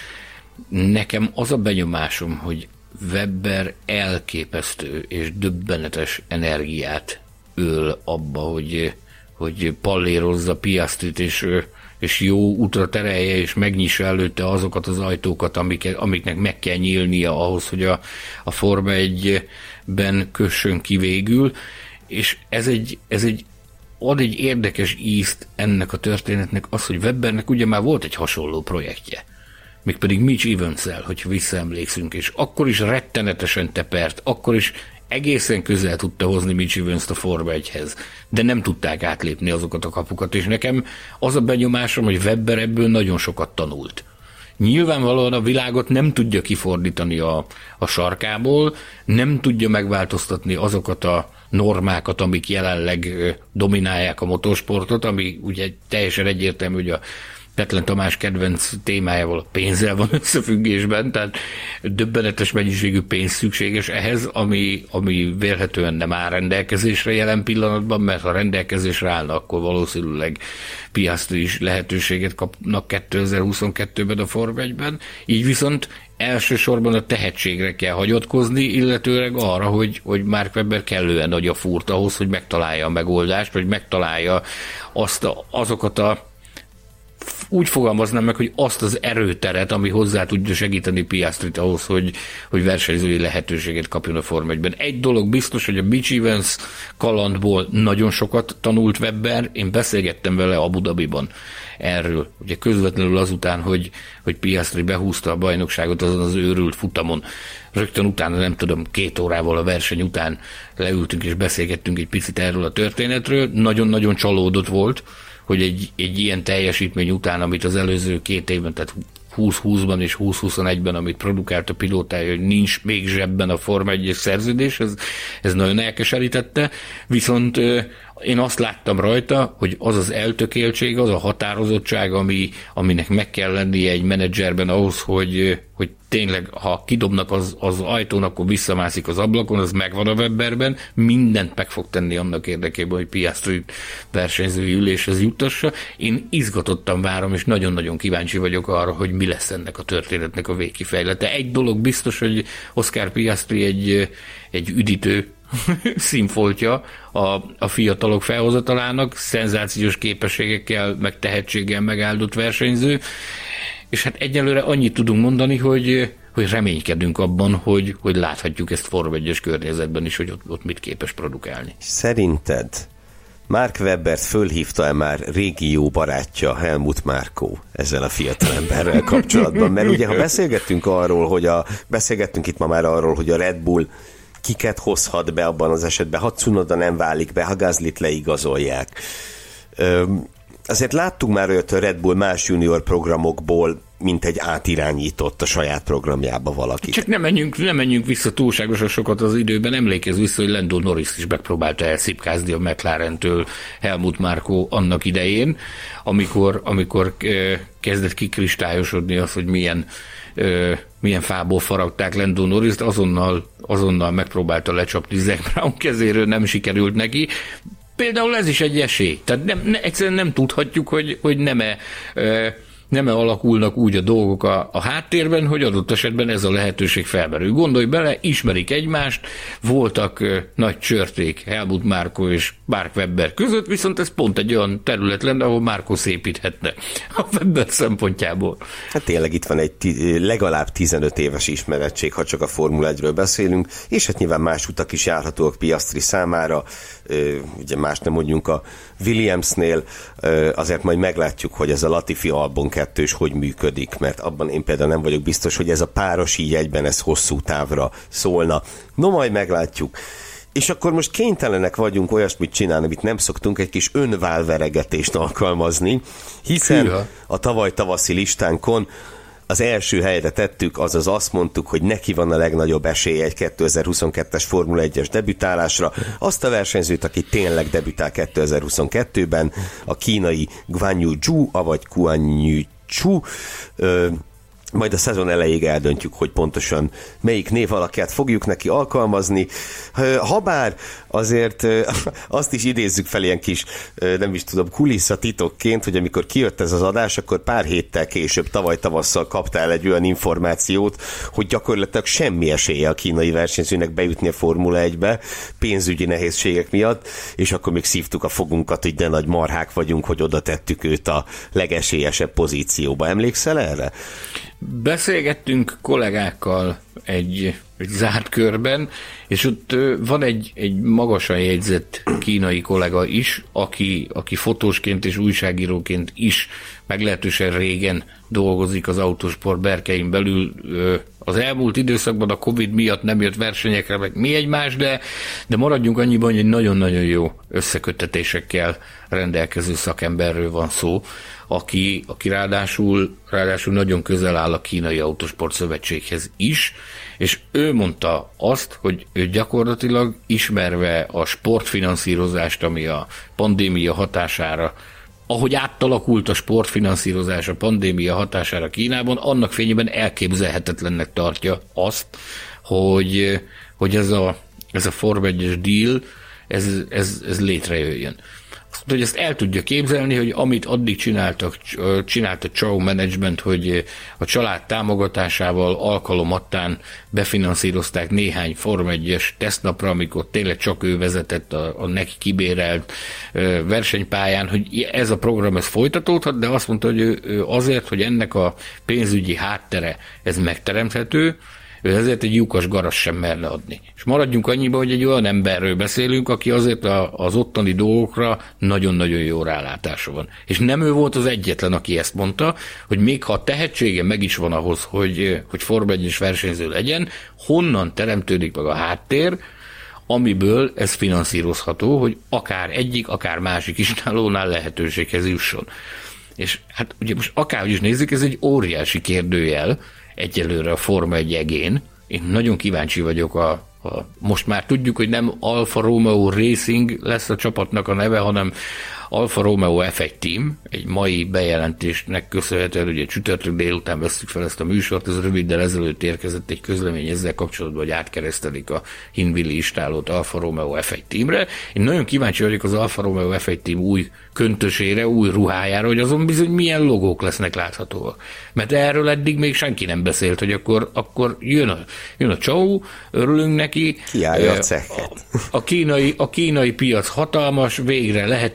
nekem az a benyomásom, hogy Webber elképesztő és döbbenetes energiát öl abba, hogy, hogy pallérozza Piastrit, és és jó útra terelje, és megnyissa előtte azokat az ajtókat, amik, amiknek meg kell nyílnia ahhoz, hogy a, a Forma egyben kössön ki végül, és ez egy, ez egy ad egy érdekes ízt ennek a történetnek az, hogy Webbernek ugye már volt egy hasonló projektje, mégpedig Mitch Evans-el, hogyha visszaemlékszünk, és akkor is rettenetesen tepert, akkor is egészen közel tudta hozni Mitch Evans-t a Forma egyhez, de nem tudták átlépni azokat a kapukat, és nekem az a benyomásom, hogy Webber ebből nagyon sokat tanult. Nyilvánvalóan a világot nem tudja kifordítani a, a sarkából, nem tudja megváltoztatni azokat a normákat, amik jelenleg dominálják a motorsportot, ami ugye teljesen egyértelmű, hogy a Petlen Tamás kedvenc témájával a pénzzel van összefüggésben, tehát döbbenetes mennyiségű pénz szükséges ehhez, ami, ami vélhetően nem áll rendelkezésre jelen pillanatban, mert ha rendelkezésre állna, akkor valószínűleg Piastri is lehetőséget kapnak kétezer-huszonkettőben a Forma egyben, így viszont elsősorban a tehetségre kell hagyatkozni, illetőleg arra, hogy, hogy Mark Webber kellően nagy a fúrt ahhoz, hogy megtalálja a megoldást, vagy megtalálja azt a, azokat a úgy fogalmaznám meg, hogy azt az erőteret, ami hozzá tudja segíteni Piastrit ahhoz, hogy, hogy versenyzői lehetőséget kapjon a Forma egyben. Egy dolog biztos, hogy a Mitch Evans kalandból nagyon sokat tanult Webber, én beszélgettem vele Abu Dhabiban erről. Ugye közvetlenül azután, hogy, hogy Piastri behúzta a bajnokságot azon az őrült futamon. Rögtön utána, nem tudom, két órával a verseny után leültünk és beszélgettünk egy picit erről a történetről. Nagyon-nagyon csalódott volt, hogy egy, egy ilyen teljesítmény után, amit az előző két évben, tehát húsz-húszban és húsz-huszonegyben, amit produkált a pilótája, hogy nincs még zsebben a Forma egyes szerződés, ez, ez nagyon elkeserítette, viszont én azt láttam rajta, hogy az az eltökéltség, az a határozottság, ami, aminek meg kell lennie egy menedzserben ahhoz, hogy, hogy tényleg, ha kidobnak az, az ajtón, akkor visszamászik az ablakon, az megvan a Webberben, mindent meg fog tenni annak érdekében, hogy Piastri versenyzői üléshez juttassa. Én izgatottan várom, és nagyon-nagyon kíváncsi vagyok arra, hogy mi lesz ennek a történetnek a végkifejlete. Egy dolog biztos, hogy Oscar Piastri egy, egy üdítő színfoltja a, a fiatalok felhozatalának, szenzációs képességekkel, meg tehetséggel megáldott versenyző. és hát egyelőre annyit tudunk mondani, hogy, hogy reménykedünk abban, hogy, hogy láthatjuk ezt Form egyes környezetben is, hogy ott, ott mit képes produkálni. Szerinted Mark Webbert fölhívta-e már régi jó barátja Helmut Marko ezzel a fiatalemberrel kapcsolatban? Mert ugye, ha beszélgettünk arról, hogy a, beszélgettünk itt ma már arról, hogy a Red Bull kiket hozhat be abban az esetben, ha Tsunoda nem válik be, ha Gaslyt leigazolják. Öm, azért láttunk már olyat a Red Bull más junior programokból, mint egy átirányított a saját programjába valakit. Csak nem menjünk, nem menjünk vissza túlságosan sokat az időben, emlékezz vissza, hogy Lando Norris is megpróbálta elszipkázni a McLarentől Helmut Marko annak idején, amikor, amikor kezdett kikristályosodni az, hogy milyen, milyen fából faragták Lando Norrist, azonnal, azonnal megpróbálta lecsapni Zac Brown kezéről, nem sikerült neki. Például ez is egy esély. Tehát nem, ne, egyszerűen nem tudhatjuk, hogy, hogy nem-e, nem-e alakulnak úgy a dolgok a, a háttérben, hogy adott esetben ez a lehetőség felmerül. Gondolj bele, ismerik egymást, voltak ö, nagy csörték Helmut Marko és Mark Webber között, viszont ez pont egy olyan terület lenne, ahol Marko szépíthetne a Webber szempontjából. Hát tényleg itt van egy t- legalább tizenöt éves ismerettség, ha csak a Formula egyről beszélünk, és hát nyilván más utak is járhatóak Piastri számára, ö, ugye más nem mondjunk a Williamsnél, ö, azért majd meglátjuk, hogy ez a Latifi Albon kettős hogy működik, mert abban én például nem vagyok biztos, hogy ez a páros így egyben ez hosszú távra szólna. No, majd meglátjuk. És akkor most kénytelenek vagyunk olyasmit csinálni, amit nem szoktunk, egy kis önválveregetést alkalmazni, hiszen Hűha. a tavaly tavaszi listánkon az első helyre tettük, azaz azt mondtuk, hogy neki van a legnagyobb esélye egy kétezer-huszonkettes Formula egyes debütálásra. Azt a versenyzőt, aki tényleg debütál kétezer-huszonkettőben, a kínai Guan Yu Zhu, avagy Guan Yu Zhu, ö, majd a szezon elejéig eldöntjük, hogy pontosan melyik név alakját fogjuk neki alkalmazni. Habár azért azt is idézzük fel ilyen kis, nem is tudom, kulisszatitokként, hogy amikor kijött ez az adás, akkor pár héttel később, tavaly tavasszal kaptál egy olyan információt, hogy gyakorlatilag semmi esélye a kínai versenyzőnek bejutni a Formula egybe pénzügyi nehézségek miatt, és akkor még szívtuk a fogunkat, hogy de nagy marhák vagyunk, hogy oda tettük őt a legesélyesebb pozícióba. Emlékszel erre? Beszélgettünk kollégákkal egy, egy zárt körben, és ott van egy, egy magasan jegyzett kínai kollega is, aki, aki fotósként és újságíróként is meglehetősen régen dolgozik az autósport berkein belül. Az elmúlt időszakban a Covid miatt nem jött versenyekre, meg mi egymás, de, de maradjunk annyiban, hogy egy nagyon-nagyon jó összeköttetésekkel rendelkező szakemberről van szó, aki, aki ráadásul, ráadásul nagyon közel áll a Kínai Autósport Szövetséghez is, és ő mondta azt, hogy ő gyakorlatilag ismerve a sportfinanszírozást, ami a pandémia hatására, ahogy átalakult a sportfinanszírozás a pandémia hatására Kínában, annak fényében elképzelhetetlennek tartja azt, hogy, hogy ez a, ez a Form egyes deal, ez, ez, ez létrejöjjön. Azt mondta, hogy ezt el tudja képzelni, hogy amit addig csináltak, csinált a Chow Management, hogy a család támogatásával alkalomattán befinanszírozták néhány Form egyes tesztnapra, amikor tényleg csak ő vezetett a, a neki kibérelt versenypályán, hogy ez a program ez folytatódhat, de azt mondta, hogy ő, ő azért, hogy ennek a pénzügyi háttere ez megteremthető, ő ezért egy lyukas garas sem merne adni. És maradjunk annyiba, hogy egy olyan emberről beszélünk, aki azért az ottani dolgokra nagyon-nagyon jó rálátása van. És nem ő volt az egyetlen, aki ezt mondta, hogy még ha a tehetsége meg is van ahhoz, hogy, hogy Form egyes versenyző legyen, honnan teremtődik meg a háttér, amiből ez finanszírozható, hogy akár egyik, akár másik isnálónál lehetőséghez jusson. És hát ugye most akárhogy is nézzük, ez egy óriási kérdőjel, egyelőre a Forma egy egén. Én nagyon kíváncsi vagyok a, a most már tudjuk, hogy nem Alfa Romeo Racing lesz a csapatnak a neve, hanem Alfa Romeo ef egy Team, egy mai bejelentésnek köszönhetően, ugye csütörtök délután vesztük fel ezt a műsort, ez röviddel ezelőtt érkezett egy közlemény ezzel kapcsolatban, hogy átkeresztelik a Hinwili istálót Alfa Romeo ef egy Teamre. Én nagyon kíváncsi vagyok az Alfa Romeo ef egy Team új köntösére, új ruhájára, hogy azon bizony milyen logók lesznek láthatóak. Mert erről eddig még senki nem beszélt, hogy akkor, akkor jön a, jön a Chow, örülünk neki. Kiállja a cekket. A, a, kínai, a kínai piac hatalmas, végre lehetősége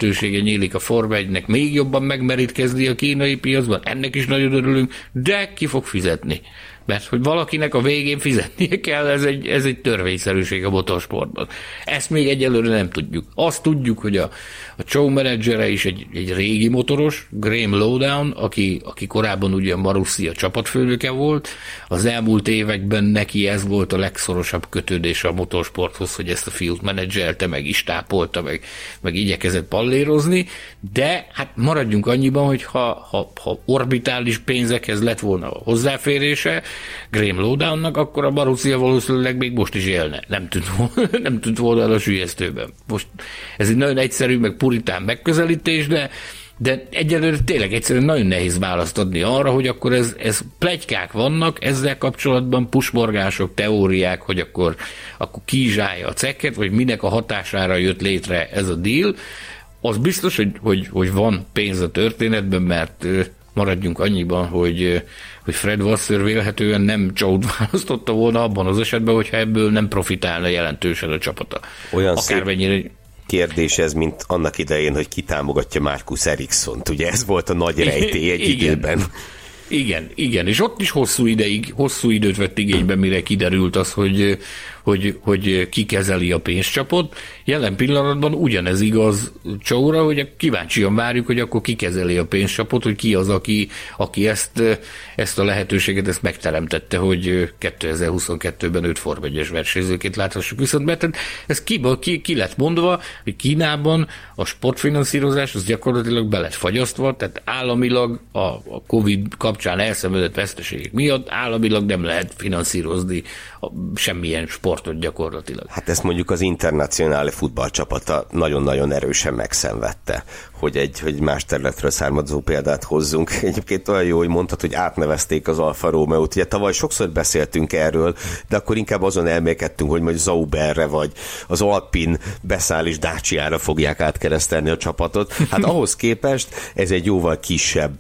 nyílik a Forma egynek, még jobban megmerítkezni a kínai piacban, ennek is nagyon örülünk, de ki fog fizetni? Mert hogy valakinek a végén fizetnie kell, ez egy, ez egy törvényszerűség a motorsportban. Ezt még egyelőre nem tudjuk. Azt tudjuk, hogy a, a show menedzsere is egy, egy régi motoros, Graham Lowdown, aki, aki korábban ugye Marussia csapatfőnöke volt. Az elmúlt években neki ez volt a legszorosabb kötődése a motorsporthoz, hogy ezt a fiút menedzselte, meg is tápolta, meg, meg igyekezett pallérozni, de hát maradjunk annyiban, hogy ha, ha, ha orbitális pénzekhez lett volna a hozzáférése Graham Lowdownnak, akkor a Marussia valószínűleg még most is élne. Nem tűnt volna, nem tűnt volna el a sülyeztőben. Most ez egy nagyon egyszerű, meg puritán megközelítés, de, de egyelőre tényleg egyszerűen nagyon nehéz választ adni arra, hogy akkor ez, ez pletykák vannak, ezzel kapcsolatban pusmorgások, teóriák, hogy akkor, akkor kizsálja a cekket, vagy minek a hatására jött létre ez a deal. Az biztos, hogy, hogy, hogy van pénz a történetben, mert maradjunk annyiban, hogy, hogy Fred Vasseur vélhetően nem Chow-t választotta volna abban az esetben, hogyha ebből nem profitálna jelentősen a csapata. Olyan Akármennyire... szép kérdés ez, mint annak idején, hogy ki támogatja Marcus Ericssont. Ugye ez volt a nagy rejtély egy igen. időben. Igen, igen, és ott is hosszú ideig, hosszú időt vett igénybe, mire kiderült az, hogy, hogy, hogy ki kezeli a pénzcsapot. Jelen pillanatban ugyanez igaz Chow-ra, hogy kíváncsian várjuk, hogy akkor ki kezeli a pénzcsapot, hogy ki az, aki, aki ezt, ezt a lehetőséget ezt megteremtette, hogy kétezer-huszonkettőben őt Forma egyes versenyzőként láthassuk. Viszont mert ez ki, ki, ki lett mondva, hogy Kínában a sportfinanszírozás az gyakorlatilag be lett fagyasztva, tehát államilag a, a Covid kapcsán elszenvedett veszteségek miatt államilag nem lehet finanszírozni semmilyen sportot gyakorlatilag. Hát ezt mondjuk az Internacionále futballcsapata nagyon-nagyon erősen megszenvedte, hogy egy hogy más területről származó példát hozzunk. Egyébként olyan jó, hogy mondtad, hogy átnevezték az Alfa Romeo-t. Ugye tavaly sokszor beszéltünk erről, de akkor inkább azon elmélkedtünk, hogy majd Zauberre vagy az Alpin beszállís Dacia-ra fogják átkeresztelni a csapatot. Hát ahhoz képest ez egy jóval kisebb,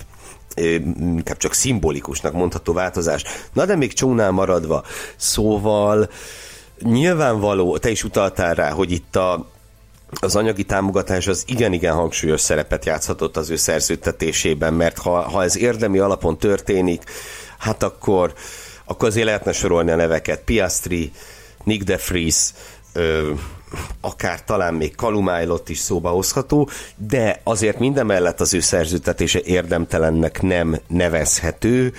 inkább csak szimbolikusnak mondható változás. Na de még Chownál maradva, szóval nyilvánvaló, te is utaltál rá, hogy itt a, az anyagi támogatás az igen-igen hangsúlyos szerepet játszhatott az ő szerződtetésében, mert ha, ha ez érdemi alapon történik, hát akkor, akkor azért lehetne sorolni a neveket. Piastri, Nick de Vries, ö, akár talán még Kalumájlott is szóba hozható, de azért mindemellett az ő szerződtetése érdemtelennek nem nevezhető.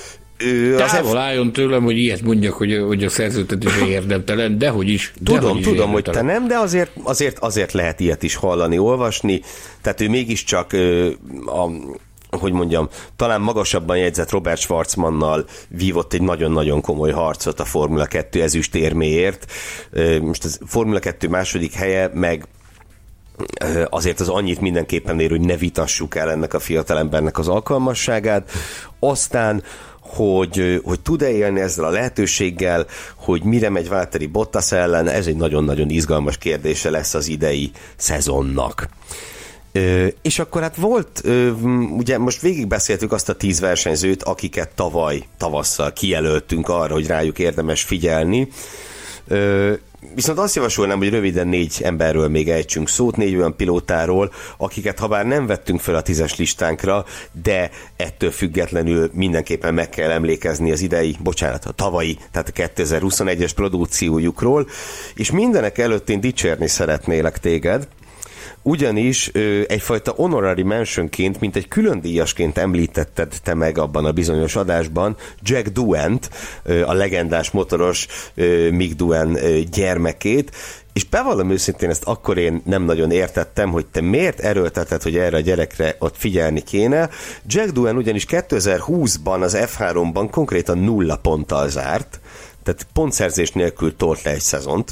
Ő Távol álljon tőlem, hogy ilyet mondjak, hogy, hogy a szerződtetése érdemtelen, dehogy is. Tudom, dehogy is tudom, hogy te nem, de azért, azért, azért lehet ilyet is hallani, olvasni. Tehát ő mégiscsak a hogy mondjam, talán magasabban jegyzett Robert Schwarzmannal vívott egy nagyon-nagyon komoly harcot a Formula kettő ezüstérméért. Most a Formula kettő második helye, meg azért az annyit mindenképpen ér, hogy ne vitassuk el ennek a fiatalembernek az alkalmasságát. Aztán hogy, hogy tud-e élni ezzel a lehetőséggel, hogy mire megy Valtteri Bottas ellen, ez egy nagyon-nagyon izgalmas kérdése lesz az idei szezonnak. Ö, és akkor hát volt, ö, ugye most végigbeszéltük azt a tíz versenyzőt, akiket tavaly tavasszal kijelöltünk arra, hogy rájuk érdemes figyelni. Ö, viszont azt javasolnám, hogy röviden négy emberről még ejtsünk szót, négy olyan pilótáról, akiket ha bár nem vettünk fel a tízes listánkra, de ettől függetlenül mindenképpen meg kell emlékezni az idei, bocsánat, a tavalyi, tehát a kétezer-huszonegyes produkciójukról, és mindenek előtt én dicsérni szeretnélek téged, ugyanis ö, egyfajta honorary mentionként, mint egy külön díjasként említetted te meg abban a bizonyos adásban Jack Doohant, ö, a legendás motoros ö, Mick Doohan ö, gyermekét, és bevallom őszintén, ezt akkor én nem nagyon értettem, hogy te miért erőlteted, hogy erre a gyerekre ott figyelni kéne. Jack Doohan ugyanis kétezer-húszban az ef háromban konkrétan nulla ponttal zárt, tehát pontszerzés nélkül tolt le egy szezont,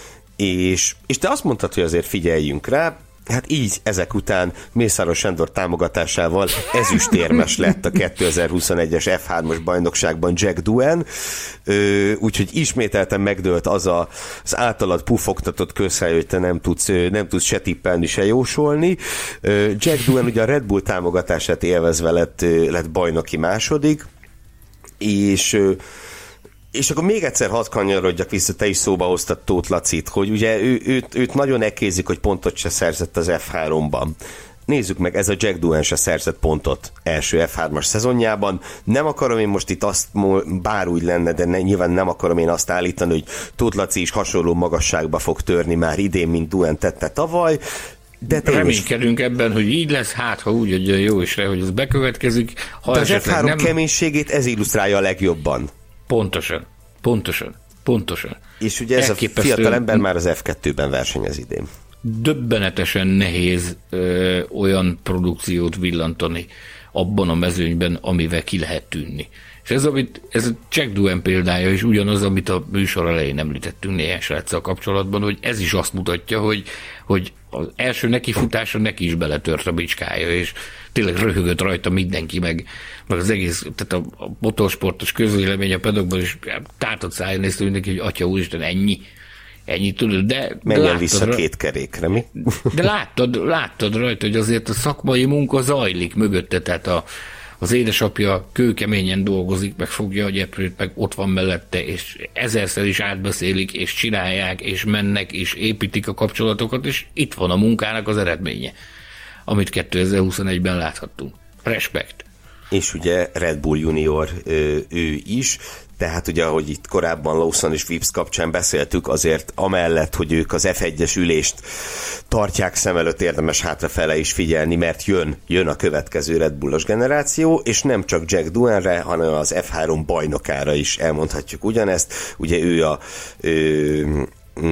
és, és te azt mondtad, hogy azért figyeljünk rá. Hát így ezek után Mészáros Sándor támogatásával ezüstérmes lett a kétezer-huszonegyes ef hármas bajnokságban Jack Doohan, úgyhogy ismételten megdőlt az a, az általad pufogtatott közhely, hogy te nem tudsz, nem tudsz se tippelni, se jósolni. Jack Doohan ugye a Red Bull támogatását élvezve lett, lett bajnoki második, és És akkor még egyszer hadd kanyarodjak vissza, te is szóba hoztad Tóth Lacit, hogy ugye ő, őt, őt nagyon ekézik, hogy pontot se szerzett az ef háromban. nézzük meg, ez a Jack Doohan se szerzett pontot első ef hármas szezonjában. Nem akarom én most itt azt, bár úgy lenne, de ne, nyilván nem akarom én azt állítani, hogy Tóth Laci is hasonló magasságba fog törni már idén, mint Doohan tette tavaly. De reménykedünk is ebben, hogy így lesz, hát ha úgy adja jó isre, hogy ez bekövetkezik. Ha de az ef három nem... keménységét ez illusztrálja a legjobban. Pontosan, pontosan, pontosan. És ugye ez Elképesztő... a fiatal ember már az ef kettőben versenyez idén. Döbbenetesen nehéz ö, olyan produkciót villantani abban a mezőnyben, amivel ki lehet tűnni. És ez, amit, ez a Jack Doohan példája is ugyanaz, amit a műsor elején említettünk néhány sráccal kapcsolatban, hogy ez is azt mutatja, hogy, hogy az első nekifutásra neki is beletört a bicskája, és tényleg röhögött rajta mindenki, meg, meg az egész, tehát a, a motorsportos közvélemény a pedokban is tátott száján nézte mindenki, hogy atya úristen, ennyi. Ennyit tudod, de... Menjen vissza két kerékre, mi? De láttad, láttad rajta, hogy azért a szakmai munka zajlik mögötte, tehát a, az édesapja kőkeményen dolgozik, meg fogja a gyeprőt, meg ott van mellette, és ezerszer is átbeszélik, és csinálják, és mennek, és építik a kapcsolatokat, és itt van a munkának az eredménye, amit kétezer-huszonegyben láthattunk. Respekt. És ugye Red Bull Junior ő, ő is, tehát ugye, ahogy itt korábban Lawson és Vips kapcsán beszéltük, azért amellett, hogy ők az ef egyes ülést tartják szem előtt, érdemes hátrafele is figyelni, mert jön, jön a következő Red Bullos generáció, és nem csak Jack Doohanre, hanem az ef három bajnokára is elmondhatjuk ugyanezt. Ugye ő a... Ő,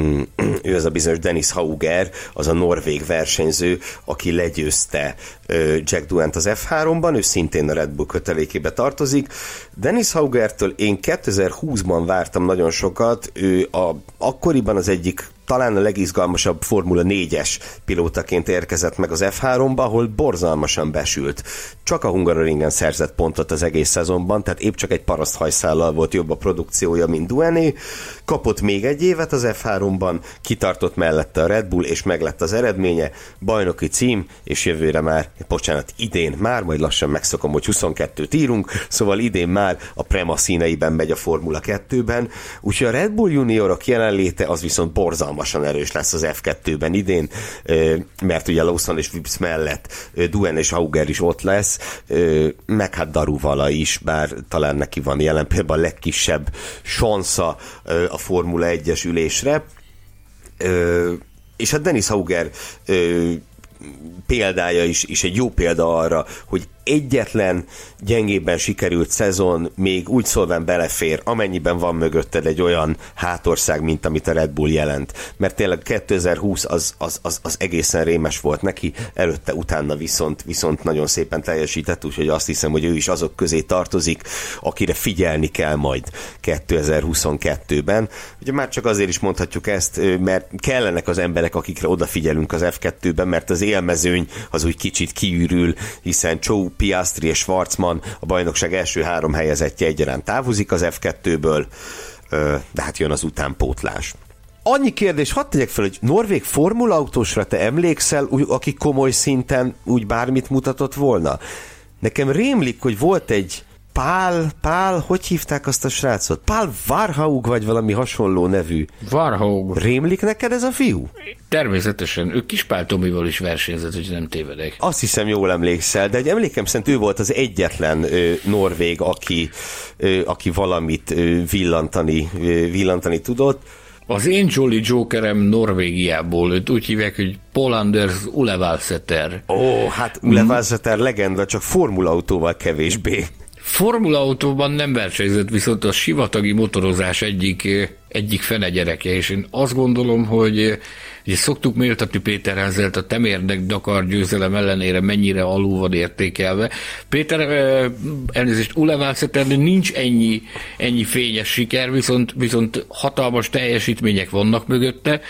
ő az a bizonyos Dennis Hauger, az a norvég versenyző, aki legyőzte Jack Doohant az ef háromban, ő szintén a Red Bull kötelékébe tartozik. Dennis Haugertől én kétezer-húszban vártam nagyon sokat, ő a, akkoriban az egyik talán a legizgalmasabb Formula négyes pilótaként érkezett meg az ef háromba, ahol borzalmasan besült. Csak a Hungaroringen szerzett pontot az egész szezonban, tehát épp csak egy paraszthajszállal volt jobb a produkciója, mint Doohané. Kapott még egy évet az ef háromban, kitartott mellette a Red Bull, és meglett az eredménye, bajnoki cím, és jövőre már, bocsánat, idén már, majd lassan megszokom, hogy huszonkettőt írunk, szóval idén már a Prema színeiben megy a Formula kettőben, úgyhogy a Red Bull juniorok jelenléte az viszont borzalmasan erős lesz az ef kettőben idén, mert ugye Lawson és Vips mellett Doohan és Hauger is ott lesz, meg hát Daruvala is, bár talán neki van jelen pillanatban a legkisebb sansza a Formula egyes ülésre, és hát Dennis Hauger példája is, is egy jó példa arra, hogy egyetlen gyengébben sikerült szezon még úgy szólván belefér, amennyiben van mögötted egy olyan hátország, mint amit a Red Bull jelent. Mert tényleg kétezer-húsz az, az, az, az egészen rémes volt neki, előtte, utána viszont, viszont nagyon szépen teljesített, úgyhogy azt hiszem, hogy ő is azok közé tartozik, akire figyelni kell majd kétezer-huszonkettőben. Ugye már csak azért is mondhatjuk ezt, mert kellenek az emberek, akikre odafigyelünk az ef kettőben, mert az élmezőny az úgy kicsit kiürül, hiszen Zhou, Piastri és Schwarzman, a bajnokság első három helyezettje egyaránt távozik az ef kettőből, de hát jön az utánpótlás. Annyi kérdés, hadd tegyek fel, hogy norvég formulautósra te emlékszel, aki komoly szinten úgy bármit mutatott volna? Nekem rémlik, hogy volt egy Pál, Pál, hogy hívták azt a srácot? Pál Varhaug, vagy valami hasonló nevű. Varhaug. Rémlik neked ez a fiú? Természetesen. Ő Kispál Tomival is versenyzett, hogy nem tévedek. Azt hiszem, jól emlékszel, de egy emlékem szerint ő volt az egyetlen ö, norvég, aki, ö, aki valamit ö, villantani, ö, villantani tudott. Az én Jolly Jokerem Norvégiából, őt úgy hívják, hogy Paul Anders Ulevalseter. Ó, hát Ulevalseter mm. legenda, csak formulautóval kevésbé. Formulautóban nem versenyzett, viszont a sivatagi motorozás egyik, egyik fene gyereke, és én azt gondolom, hogy ugye szoktuk méltatni Péter Házelt a Temérdek Dakar győzelem ellenére mennyire alul van értékelve. Péter, elnézést, Ulevalseternél nincs ennyi, ennyi fényes siker, viszont, viszont hatalmas teljesítmények vannak mögötte.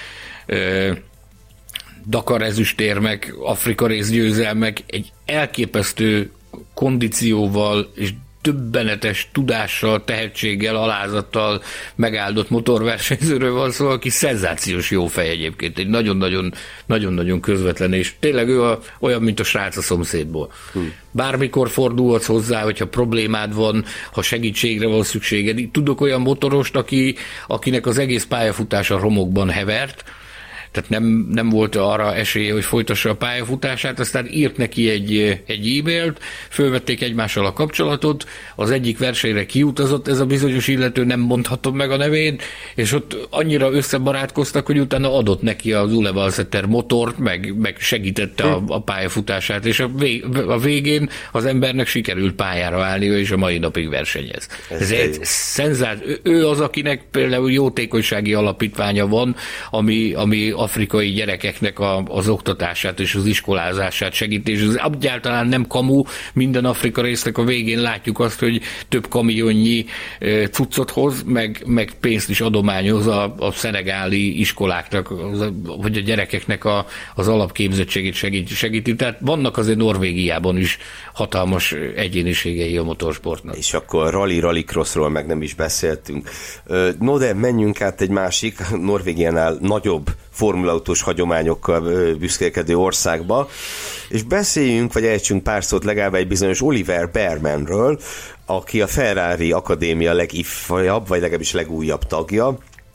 Dakar ezüstérmek, Afrika részgyőzelmek, egy elképesztő kondícióval és döbbenetes tudással, tehetséggel, alázattal megáldott motorversenyzőről van szó, aki szenzációs jó fej egyébként, egy nagyon-nagyon, nagyon-nagyon közvetlen, és tényleg ő a, olyan, mint a srác a szomszédból. Hmm. Bármikor fordulhatsz hozzá, hogyha problémád van, ha segítségre van szükséged. Tudok olyan motorost, aki, akinek az egész pályafutása romokban hevert, tehát nem, nem volt arra esélye, hogy folytassa a pályafutását, aztán írt neki egy, egy e-mailt, fölvették egymással a kapcsolatot, az egyik versenyre kiutazott ez a bizonyos illető, nem mondhatom meg a nevét, és ott annyira összebarátkoztak, hogy utána adott neki az Uwe Wallsetter motort, meg, meg segítette a, a pályafutását, és a, vég, a végén az embernek sikerült pályára állnia, és a mai napig versenyez. Ez, ez egy szenzáció. Ő az, akinek például jótékonysági alapítványa van, ami, ami afrikai gyerekeknek a, az oktatását és az iskolázását segíti, és ez egyáltalán nem kamu, minden Afrika résznek a végén látjuk azt, hogy több kamionnyi cuccot hoz, meg, meg pénzt is adományoz a, a szenegáli iskoláknak, az, hogy a gyerekeknek a, az alapképzettségét segíti, segíti. Tehát vannak azért Norvégiában is hatalmas egyéniségei a motorsportnak. És akkor rally, rallycrossról meg nem is beszéltünk. No, de menjünk át egy másik, Norvégiánál nagyobb formulautós hagyományokkal büszkélkedő országba, és beszéljünk, vagy ejtsünk pár szót legalább egy bizonyos Oliver Bearmanről, aki a Ferrari Akadémia legifjabb, vagy legalábbis legújabb tagja.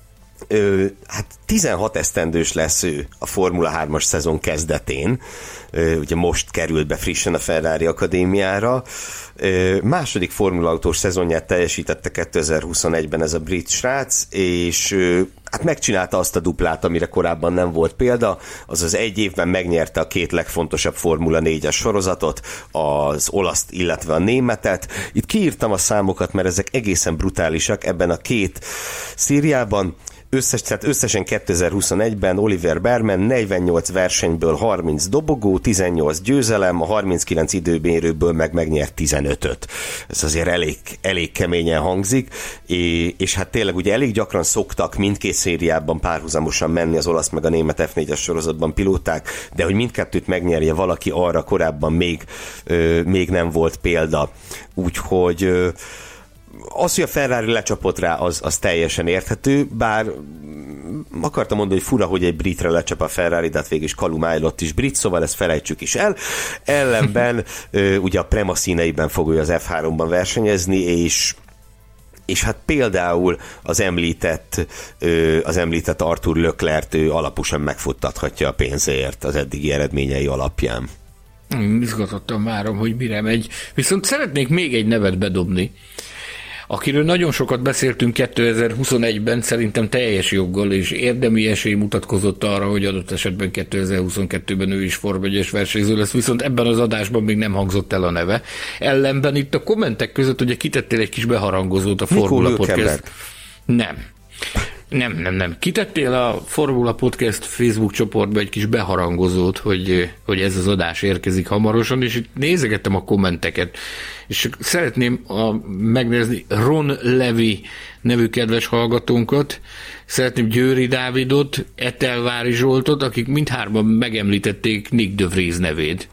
Ö, hát tizenhat esztendős lesz ő a Formula hármas szezon kezdetén, ö, ugye most került be frissen a Ferrari Akadémiára. Ö, második formulaautós szezonját teljesítette kétezer-huszonegyben ez a brit srác, és ö, hát megcsinálta azt a duplát, amire korábban nem volt példa, azaz egy évben megnyerte a két legfontosabb Formula négyes sorozatot, az olaszt, illetve a németet. Itt kiírtam a számokat, mert ezek egészen brutálisak ebben a két szériában. Összes, tehát összesen kétezer-huszonegyben Oliver Bearman negyvennyolc versenyből harminc dobogó, tizennyolc győzelem, a harminckilenc időmérőből meg megnyert tizenötöt. Ez azért elég, elég keményen hangzik, és, és hát tényleg ugye elég gyakran szoktak mindkét szériában párhuzamosan menni az olasz meg a német ef négyes sorozatban pilóták, de hogy mindkettőt megnyerje valaki, arra korábban még, euh, még nem volt példa. Úgyhogy euh, az, hogy a Ferrari lecsapott rá, az, az teljesen érthető, bár akartam mondani, hogy fura, hogy egy britre lecsap a Ferrari, de hát végig is Callum Ilott is brit, szóval ezt felejtsük is el. Ellenben ugye a Prema színeiben fog ő az ef háromban versenyezni, és és hát például az említett, az említett Arthur Leclerc alaposan megfuttathatja a pénzért az eddigi eredményei alapján. Izgatottan várom, hogy mire megy. Viszont szeretnék még egy nevet bedobni, akiről nagyon sokat beszéltünk kétezer-huszonegyben, szerintem teljes joggal, és érdemi esély mutatkozott arra, hogy adott esetben kétezer-huszonkettőben ő is Form egyes versenyző lesz, viszont ebben az adásban még nem hangzott el a neve. Ellenben itt a kommentek között ugye kitettél egy kis beharangozót a Formula Podcast. Nem. Nem, nem, nem. Kitettél a Formula Podcast Facebook csoportba egy kis beharangozót, hogy, hogy ez az adás érkezik hamarosan, és itt nézegettem a kommenteket, és szeretném a, megnézni Ron Levi nevű kedves hallgatónkat, szeretném Győri Dávidot, Etelvári Zsoltot, akik mindhárman megemlítették Nick de Vries nevét,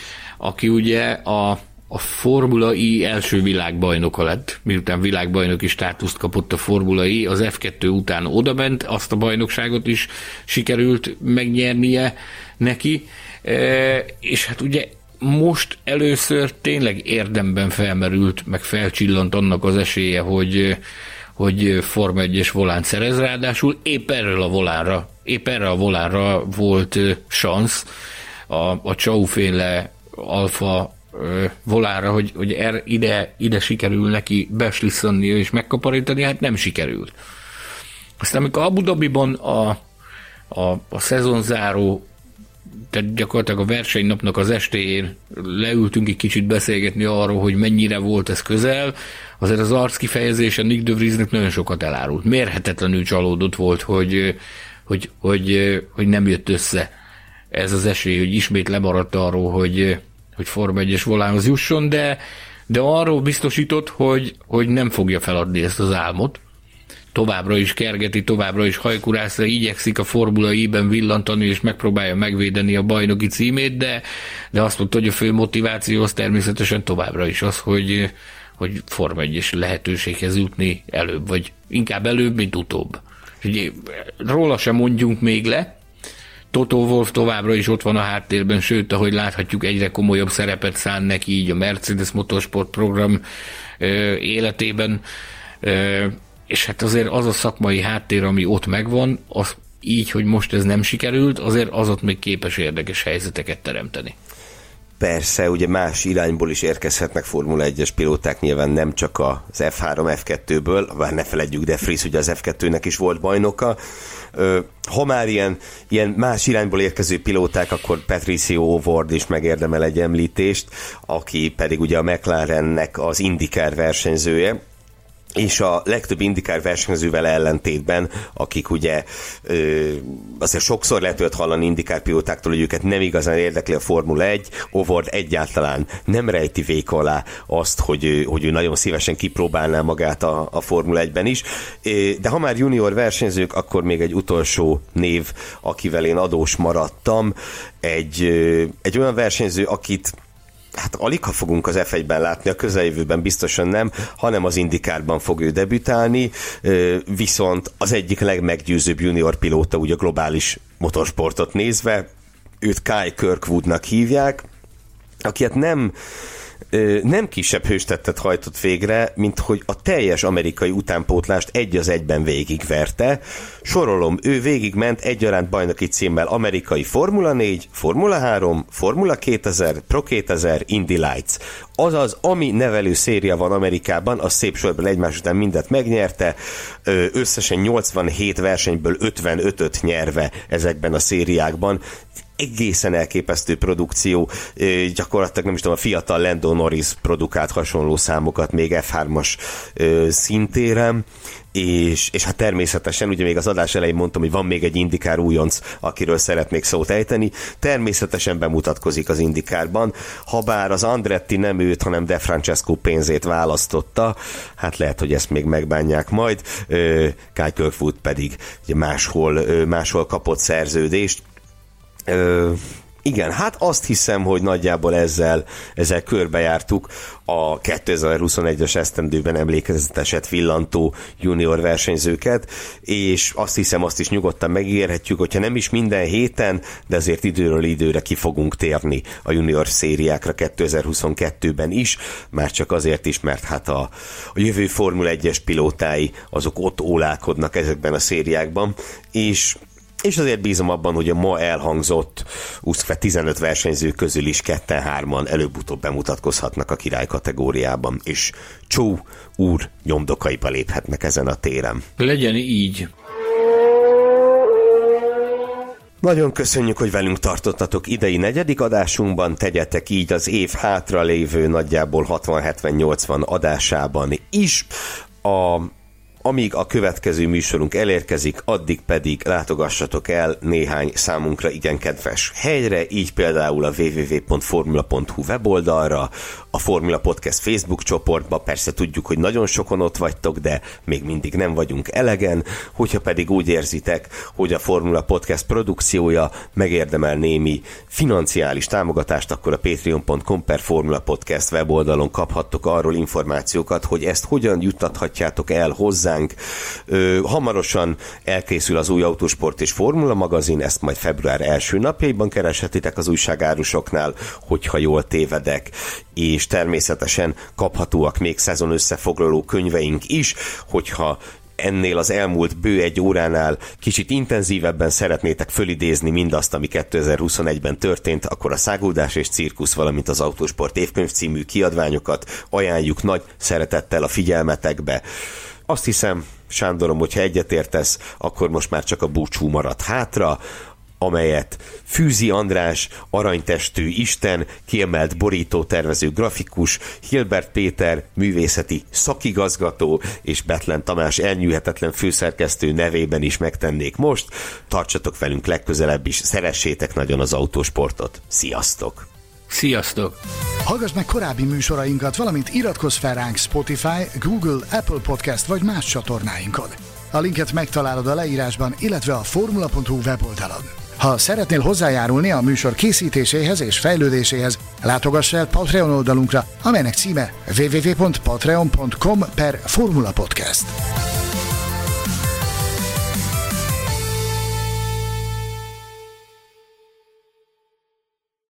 aki ugye a a Formula I első világbajnoka lett, miután világbajnoki státuszt kapott a Formula I, az ef kettő után odament, azt a bajnokságot is sikerült megnyernie neki, e, és hát ugye most először tényleg érdemben felmerült, meg felcsillant annak az esélye, hogy, hogy Forma egyes volánt szerez, ráadásul épp erről a volánra, épp erre a volánra volt szansz a, a Chow-féle Alfa volára, hogy, hogy er, ide, ide sikerül neki beslisszannia és megkaparítani, hát nem sikerült. Aztán amikor Abu Dhabiban a, a, a szezonzáró, tehát gyakorlatilag a versenynapnak az estéjén leültünk egy kicsit beszélgetni arról, hogy mennyire volt ez közel, azért az arckifejezése Nick de Vriesnek nagyon sokat elárult. Mérhetetlenül csalódott volt, hogy, hogy, hogy, hogy nem jött össze ez az esély, hogy ismét lemaradt arról, hogy hogy Forma egyes volánhoz jusson, de, de arról biztosított, hogy, hogy nem fogja feladni ezt az álmot. Továbbra is kergeti, továbbra is hajkurászra igyekszik a Formula I-ben villantani, és megpróbálja megvédeni a bajnoki címét, de, de azt mondta, hogy a fő motiváció az természetesen továbbra is az, hogy, hogy Forma egyes lehetőséghez jutni előbb, vagy inkább előbb, mint utóbb. Ugye, róla sem mondjunk még le, Toto Wolff továbbra is ott van a háttérben, sőt, ahogy láthatjuk, egyre komolyabb szerepet szán neki így a Mercedes Motorsport program ö, életében, ö, és hát azért az a szakmai háttér, ami ott megvan, az így, hogy most ez nem sikerült, azért az ott még képes érdekes helyzeteket teremteni. Persze, ugye más irányból is érkezhetnek Formula egyes pilóták, nyilván nem csak az ef három, ef kettőből, bár ne feledjük, de Vries ugye az ef kettőnek is volt bajnoka. Ha már ilyen, ilyen más irányból érkező pilóták, akkor Patricio O'Ward is megérdemel egy említést, aki pedig ugye a McLarennek az IndyCar versenyzője, és a legtöbb IndyCar versenyzővel ellentétben, akik ugye ö, azért sokszor lehet őt hallani IndyCar pilótáktól, hogy őket nem igazán érdekli a Formula egy, O'Ward egyáltalán nem rejti véka alá azt, hogy, hogy ő nagyon szívesen kipróbálná magát a, a Formula egyben is. De ha már junior versenyzők, akkor még egy utolsó név, akivel én adós maradtam, egy, egy olyan versenyző, akit hát alig ha fogunk az ef egyben látni, a közeljövőben biztosan nem, hanem az IndyCarban fog ő debütálni, viszont az egyik legmeggyőzőbb junior pilóta úgy a globális motorsportot nézve, őt Kyle Kirkwoodnak hívják, aki hát nem nem kisebb hőstettet hajtott végre, mint hogy a teljes amerikai utánpótlást egy az egyben végigverte. Sorolom, ő végigment egyaránt bajnoki címmel amerikai Formula négy, Formula három, Formula kétezer, Pro kétezer, Indy Lights. Azaz, ami nevelő széria van Amerikában, az szép sorban egymás után mindet megnyerte, összesen nyolcvanhét versenyből ötvenötöt nyerve ezekben a szériákban. Egészen elképesztő produkció, gyakorlatilag nem is tudom, a fiatal Lando Norris produkált hasonló számokat még ef hármas szintéren, és, és hát természetesen, ugye még az adás elején mondtam, hogy van még egy IndyCar újonc, akiről szeretnék szót ejteni, természetesen bemutatkozik az IndyCarban, habár az Andretti nem őt, hanem De Francesco pénzét választotta, hát lehet, hogy ezt még megbánják majd, Kyle Kirkwood pedig ugye máshol, máshol kapott szerződést. Ö, igen, hát azt hiszem, hogy nagyjából ezzel, ezzel körbejártuk a kétezer-huszonegyes esztendőben emlékezeteset villantó junior versenyzőket, és azt hiszem, azt is nyugodtan megígérhetjük, hogyha nem is minden héten, de azért időről időre ki fogunk térni a junior szériákra kétezer-huszonkettőben is, már csak azért is, mert hát a, a jövő Formula egyes pilótái azok ott ólálkodnak ezekben a szériákban, és És azért bízom abban, hogy a ma elhangzott tizenöt versenyző közül is ketten-hárman előbb-utóbb bemutatkozhatnak a király kategóriában, és Csó úr nyomdokaiba léphetnek ezen a téren. Legyen így. Nagyon köszönjük, hogy velünk tartottatok idei negyedik adásunkban, tegyetek így az év hátra lévő nagyjából hatvan-hetven-nyolcvan adásában is. A Amíg a következő műsorunk elérkezik, addig pedig látogassatok el néhány számunkra igen kedves helyre, így például a double-u double-u double-u pont formula pont hu weboldalra, a Formula Podcast Facebook csoportba, persze tudjuk, hogy nagyon sokan ott vagytok, de még mindig nem vagyunk elegen, hogyha pedig úgy érzitek, hogy a Formula Podcast produkciója megérdemel némi financiális támogatást, akkor a patreon pont com per Formula Podcast weboldalon kaphattok arról információkat, hogy ezt hogyan juttathatjátok el hozzá. Ö, hamarosan elkészül az új Autósport és Formula magazin, ezt majd február első napjaiban kereshetitek az újságárusoknál, hogyha jól tévedek, és természetesen kaphatóak még szezon összefoglaló könyveink is, hogyha ennél az elmúlt bő egy óránál kicsit intenzívebben szeretnétek fölidézni mindazt, ami kétezer-huszonegyben történt, akkor a Száguldás és Cirkusz, valamint az Autósport évkönyv című kiadványokat ajánljuk nagy szeretettel a figyelmetekbe. Azt hiszem, Sándorom, hogyha egyetértesz, akkor most már csak a búcsú maradt hátra, amelyet Fűzi András, aranytestű isten, kiemelt borítótervező grafikus, Hilbert Péter, művészeti szakigazgató és Betlen Tamás elnyűhetetlen főszerkesztő nevében is megtennék most. Tartsatok velünk legközelebb is, szeressétek nagyon az autósportot. Sziasztok! Sziasztok! Hallgass meg korábbi műsorainkat, valamint iratkozz fel ránk Spotify, Google, Apple Podcast vagy más csatornáinkon. A linket megtalálod a leírásban, illetve a formula pont hu weboldalon. Ha szeretnél hozzájárulni a műsor készítéséhez és fejlődéséhez, látogass el Patreon oldalunkra, amelynek címe double-u double-u double-u pont patreon pont com per Formula Podcast.